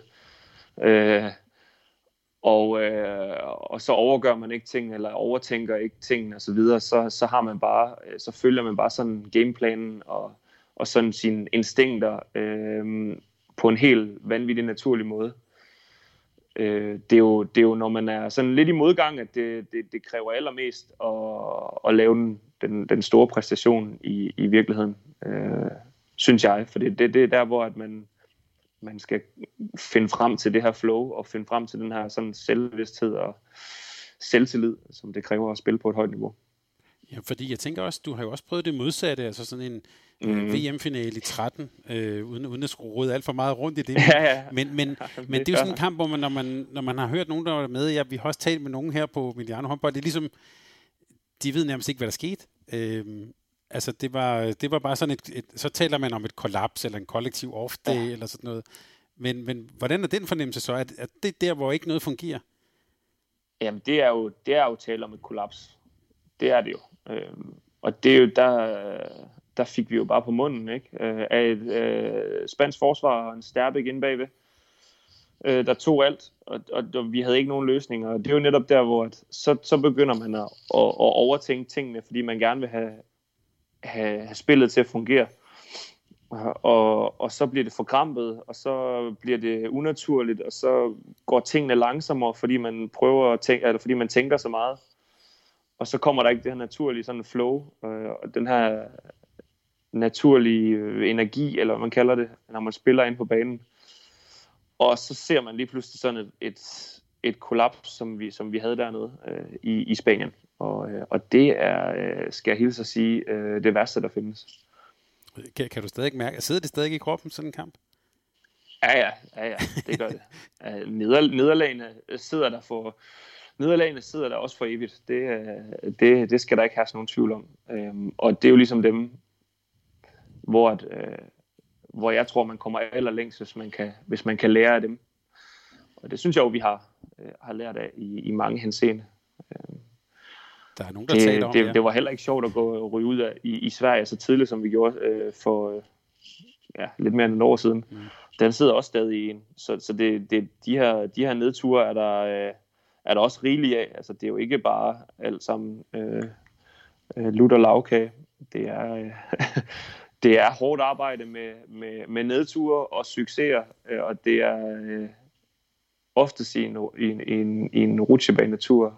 Og så overgør man ikke ting, eller overtænker ikke ting og så videre, så har man bare, så følger man bare sådan gameplanen og sådan sine instinkter på en helt vanvittig naturlig måde. Det er jo når man er sådan lidt i modgang, at det kræver allermest at lave den store præstation i virkeligheden, synes jeg, for det er der, hvor at man skal finde frem til det her flow, og finde frem til den her sådan selvbevidsthed og selvtillid, som det kræver at spille på et højt niveau. Ja, fordi jeg tænker også, du har jo også prøvet det modsatte, altså sådan en VM-finale i 13, uden at rode alt for meget rundt i det. Men det er jo sådan en kamp, hvor når man har hørt nogen, der var med, vi har også talt med nogen her på Mediano Håndbold, det er ligesom, de ved nærmest ikke, hvad der skete. Altså det var bare sådan så taler man om et kollaps, eller en kollektiv off-day, eller sådan noget. Men hvordan er den fornemmelse så, at det er der, hvor ikke noget fungerer? Jamen det er jo tale om et kollaps. Det er det jo. Og det er jo der fik vi jo bare på munden, ikke? Af et spansk forsvar og en Sterbæk inde bagved, der tog alt, og vi havde ikke nogen løsninger. Og det er jo netop der, hvor så begynder man at overtænke tingene, fordi man gerne vil have spillet til at fungere. Og så bliver det forkrampet, og så bliver det unaturligt, og så går tingene langsommere, fordi man prøver at tænke, eller fordi man tænker så meget. Og så kommer der ikke det her naturlige sådan flow, og den her naturlige energi, eller hvad man kalder det, når man spiller ind på banen. Og så ser man lige pludselig sådan et kollaps, som vi havde dernede i Spanien. Og det er, skal jeg hilse at sige, det værste, der findes. Kan du stadig mærke, sidder det stadig i kroppen, sådan en kamp? Ja, det gør det. Nederlagene sidder der også for evigt. Det skal der ikke have nogen tvivl om. Og det er jo ligesom dem, hvor jeg tror, man kommer allerlængst, hvis man kan lære af dem. Og det synes jeg jo, vi har lært af i mange henseende. Der er nogen, der taler om det. Det var heller ikke sjovt at ryge ud af i Sverige så tidligt, som vi gjorde for lidt mere end et år siden. Den sidder også stadig i en. Så de her nedture er der også rigeligt af. Altså, det er jo ikke bare alt sammen lut og lavkage. Det er hårdt arbejde med nedture og succeser, og det er oftest i en rutsjebanetur,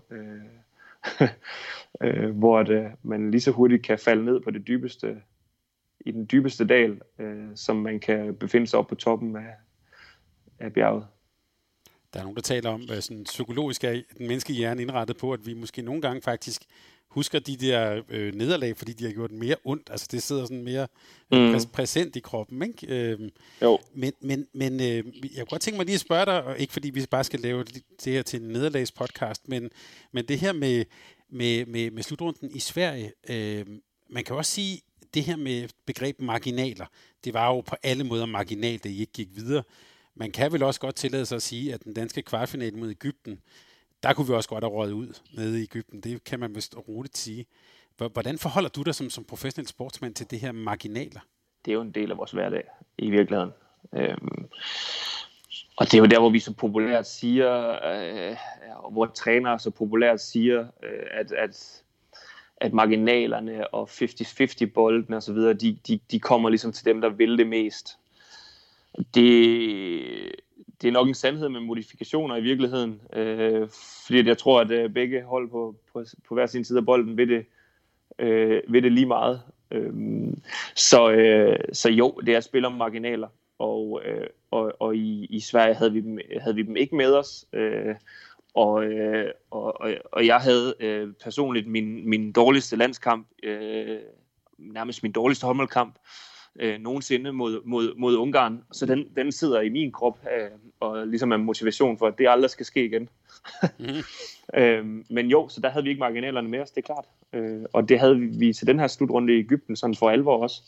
hvor man lige så hurtigt kan falde ned på i den dybeste dal, som man kan befinde sig op på toppen af bjerget. Der er nogen, der taler om, hvad sådan psykologisk er den menneskelige hjerne indrettet på, at vi måske nogle gange faktisk husker de der nederlag, fordi de har gjort mere ondt. Altså det sidder sådan mere præsent i kroppen, ikke? Jo. Men jeg kunne godt tænke mig lige at spørge dig, og ikke fordi vi bare skal lave det her til en nederlagspodcast, men det her med slutrunden i Sverige, man kan også sige, det her med begrebet marginaler, det var jo på alle måder marginalt, da I ikke gik videre. Man kan vel også godt tillade sig at sige, at den danske kvartfinale mod Egypten, der kunne vi også godt have røget ud nede i Egypten. Det kan man vist roligt sige. Hvordan forholder du dig som professionel sportsmand til det her marginaler? Det er jo en del af vores hverdag i virkeligheden. Og det er jo der, hvor vi så populært siger, og hvor trænere så populært siger, at marginalerne og 50-50 bolden og så videre, de kommer ligesom til dem, der vil det mest. Det er nok en sandhed med modifikationer i virkeligheden, fordi jeg tror, at begge hold på hver sin side af bolden ved det lige meget. Så jo, det er spil om marginaler, og i Sverige havde vi dem ikke med os, og jeg havde personligt min dårligste landskamp, nærmest min dårligste håndboldkamp nogensinde mod Ungarn, så den sidder i min krop og ligesom er motivation for, at det aldrig skal ske igen. Men jo, så der havde vi ikke marginalerne med os, det er klart, og det havde vi til den her slutrunde i Egypten sådan for alvor også.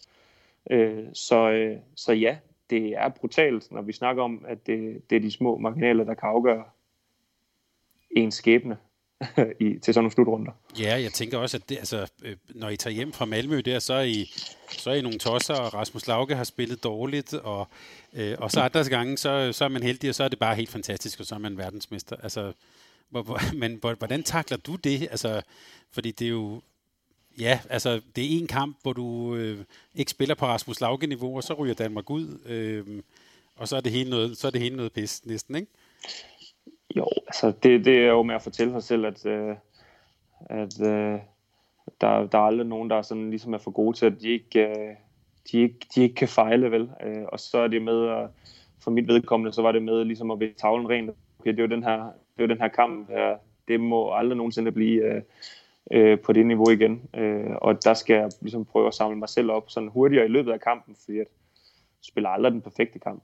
Så ja, det er brutalt, når vi snakker om, at det er de små marginaler, der kan afgøre ens skæbne. til sådan nogle slutrunder. Ja, jeg tænker også, at det, altså, når I tager hjem fra Malmø der, så er I nogle tosser, og Rasmus Lauke har spillet dårligt, og så andre gange, så er man heldig, og så er det bare helt fantastisk, og så er man verdensmester. Altså, men hvordan takler du det? Altså, fordi det er jo, ja, altså, det er en kamp, hvor du ikke spiller på Rasmus Lauke-niveau, og så ryger Danmark ud, og så er det hele noget pis næsten, ikke? Jo, altså det er jo med at fortælle sig selv, at der er aldrig nogen, der sådan ligesom er for gode til, at de ikke kan fejle, vel? Og så er det med, for mit vedkommende, så var det med ligesom at vække tavlen rent. Okay, det er jo den her kamp, det må aldrig nogensinde blive på det niveau igen. Og der skal jeg ligesom prøve at samle mig selv op sådan hurtigere i løbet af kampen, fordi jeg spiller aldrig den perfekte kamp.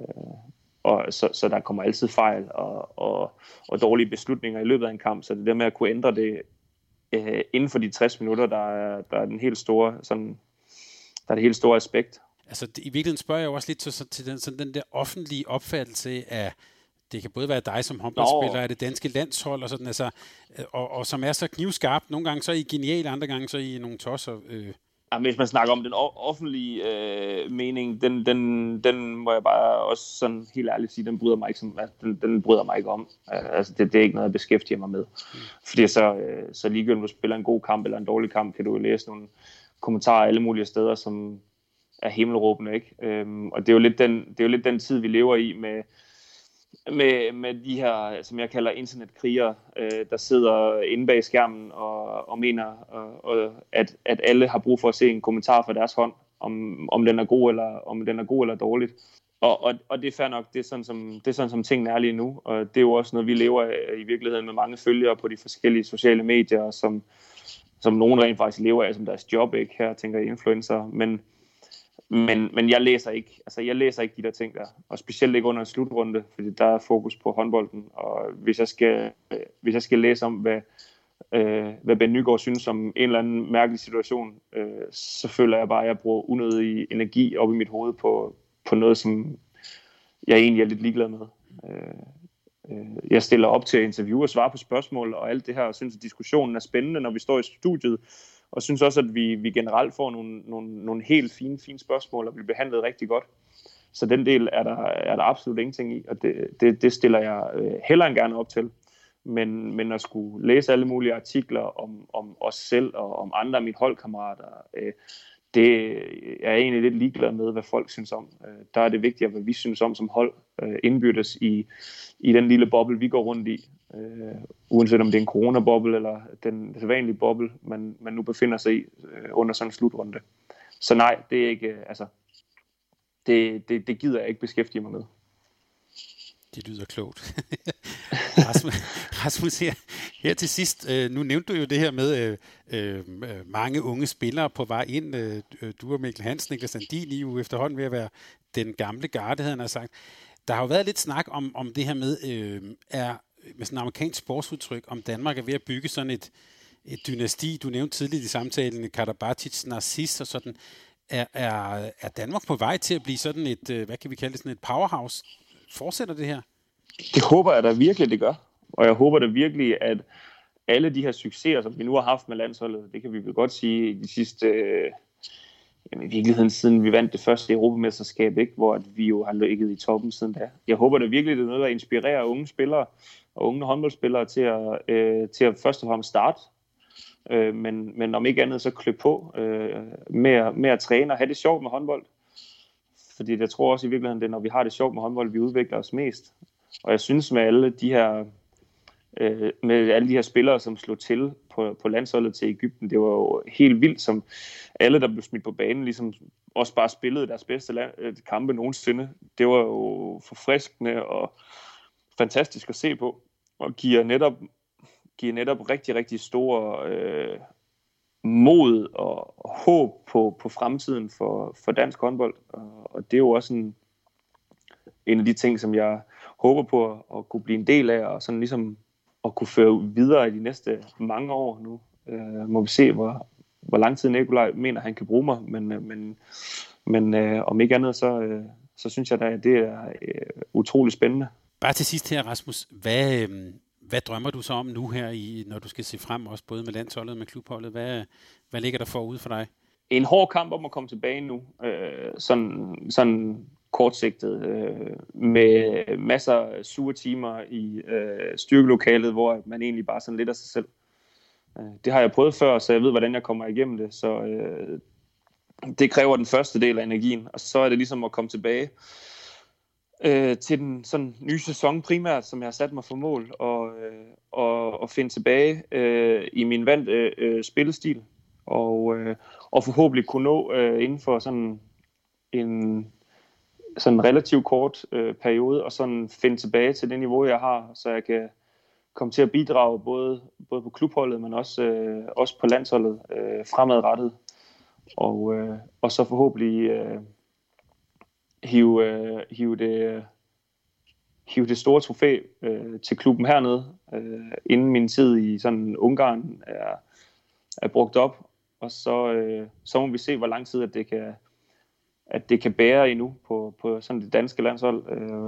Og så der kommer altid fejl og dårlige beslutninger i løbet af en kamp, så det der med at kunne ændre det inden for de 60 minutter, der er den helt store sådan, der er det helt store aspekt. Altså i virkeligheden spørger jeg jo også lidt til den der offentlige opfattelse af, det kan både være dig som håndboldspiller af det danske landshold og sådan, altså, og som er så knivskarpt. Nogle gange så er I geniale, andre gange så er I nogle tosser. Hvis man snakker om den offentlige mening, den må jeg bare også sådan helt ærligt sige, den bryder mig ikke om. Altså det er ikke noget, jeg beskæftiger mig med. Fordi så ligegyldigt, om du spiller en god kamp eller en dårlig kamp, kan du jo læse nogle kommentarer alle mulige steder, som er himmelråbende, ikke? Og det er jo lidt den tid, vi lever i med de her, som jeg kalder internetkrigere, der sidder inde bag skærmen og mener, at alle har brug for at se en kommentar fra deres hånd, om den er god eller dårligt. Og det er fair nok, det er sådan som tingene er lige nu, og det er jo også noget, vi lever af i virkeligheden med mange følgere på de forskellige sociale medier, som nogen rent faktisk lever af som deres job, ikke? Her tænker jeg influencer, men jeg læser ikke de der ting der, og specielt ikke under en slutrunde, fordi der er fokus på håndbolden, og hvis jeg skal læse om, hvad Ben Nygaard synes om en eller anden mærkelig situation, så føler jeg bare, at jeg bruger unødig energi op i mit hoved på noget, som jeg egentlig er lidt ligeglad med. Jeg stiller op til at interviewe og svare på spørgsmål og alt det her, og synes, at diskussionen er spændende, når vi står i studiet, og synes også, at vi generelt får nogle helt fine spørgsmål, og bliver behandlet rigtig godt. Så den del er der absolut ingenting i, og det stiller jeg hellere end gerne op til. Men at skulle læse alle mulige artikler om os selv og om andre af mine holdkammerater, det er jeg egentlig lidt ligeglad med, hvad folk synes om. Der er det vigtigt, hvad vi synes om som hold, indbyrdes i den lille boble, vi går rundt i. Uanset om det er en coronaboble eller den sædvanlige boble, man nu befinder sig i under sådan en slutrunde. Så nej, det er ikke, altså, det gider jeg ikke beskæftige mig med. Det lyder klogt. Rasmus her til sidst, nu nævnte du jo det her med mange unge spillere på vej ind. Du og Mikkel Hansen, Niklas Sandin, I er jo efterhånden ved at være den gamle garde, havde han sagt. Der har jo været lidt snak om det her med, med sådan en amerikansk sportsudtryk, om Danmark er ved at bygge sådan et dynasti. Du nævnte tidligt i samtalen Karabatic, Narcis og sådan. Er Danmark på vej til at blive sådan et, hvad kan vi kalde det, sådan et powerhouse? Fortsætter det her? Det håber jeg da virkelig, det gør. Og jeg håber da virkelig, at alle de her succeser, som vi nu har haft med landsholdet, det kan vi vel godt sige, de sidste, i virkeligheden siden vi vandt det første Europamesterskab, ikke, hvor vi jo har ligget i toppen siden da. Jeg håber da virkelig, det er noget, der inspirerer unge spillere og unge håndboldspillere til at først og fremmest starte. Men om ikke andet, så klø på med at træne og have det sjovt med håndbold. Fordi jeg tror også i virkeligheden, det er, når vi har det sjovt med håndbold, vi udvikler os mest. Og jeg synes med alle de her spillere, som slog til på landsholdet til Egypten, det var jo helt vildt, som alle, der blev smidt på banen, ligesom også bare spillede deres bedste kampe nogensinde. Det var jo forfriskende og fantastisk at se på, og giver netop rigtig, rigtig store mod og håb på fremtiden for dansk håndbold. Og det er jo også en af de ting, som jeg håber på at kunne blive en del af, og sådan ligesom at kunne føre videre i de næste mange år nu. Må vi se, hvor lang tid Nikolaj mener, han kan bruge mig, men om ikke andet, så synes jeg da, at det er utrolig spændende. Bare til sidst her, Rasmus, Hvad drømmer du så om nu her, når du skal se frem, også både med landsholdet og med klubholdet? Hvad ligger der forude for dig? En hård kamp om at komme tilbage nu, sådan kortsigtet, med masser af sure timer i styrkelokalet, hvor man egentlig bare sådan lidt af sig selv. Det har jeg prøvet før, så jeg ved, hvordan jeg kommer igennem det. Så det kræver den første del af energien, og så er det ligesom at komme tilbage til den sådan nye sæson primært, som jeg har sat mig for mål, og finde tilbage i min vante spillestil, og forhåbentlig kunne nå inden for sådan en sådan relativt kort periode, og sådan finde tilbage til det niveau, jeg har, så jeg kan komme til at bidrage både på klubholdet, men også på landsholdet fremadrettet, og så forhåbentlig hive det store trofæ til klubben hernede, inden min tid i sådan Ungarn er brugt op, og så må vi se, hvor lang tid at det kan bære endnu på sådan det danske landshold.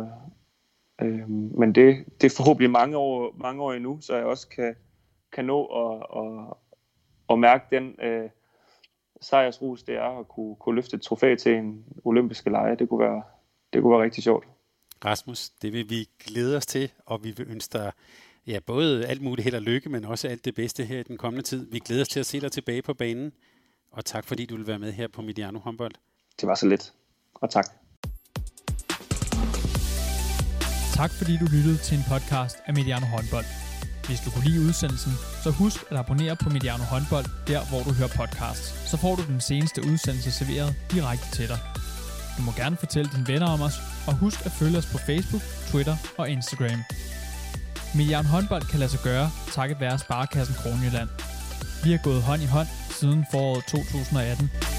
Men det er forhåbentlig mange år endnu, så jeg også kan nå at mærke den sejrsrus, det er at kunne løfte et trofæ til en olympiske lege. Det kunne være rigtig sjovt. Rasmus, det vil vi glæde os til, og vi vil ønske dig både alt muligt held og lykke, men også alt det bedste her i den kommende tid. Vi glæder os til at se dig tilbage på banen, og tak fordi du vil være med her på Mediano Håndbold. Det var så lidt, og tak. Tak fordi du lyttede til en podcast af Mediano Håndbold. Hvis du kunne lide udsendelsen, så husk at abonnere på Mediano Håndbold, der hvor du hører podcasts. Så får du den seneste udsendelse serveret direkte til dig. Du må gerne fortælle dine venner om os, og husk at følge os på Facebook, Twitter og Instagram. Mediano Håndbold kan lade sig gøre, takket være Sparekassen Kronjylland. Vi har gået hånd i hånd siden foråret 2018.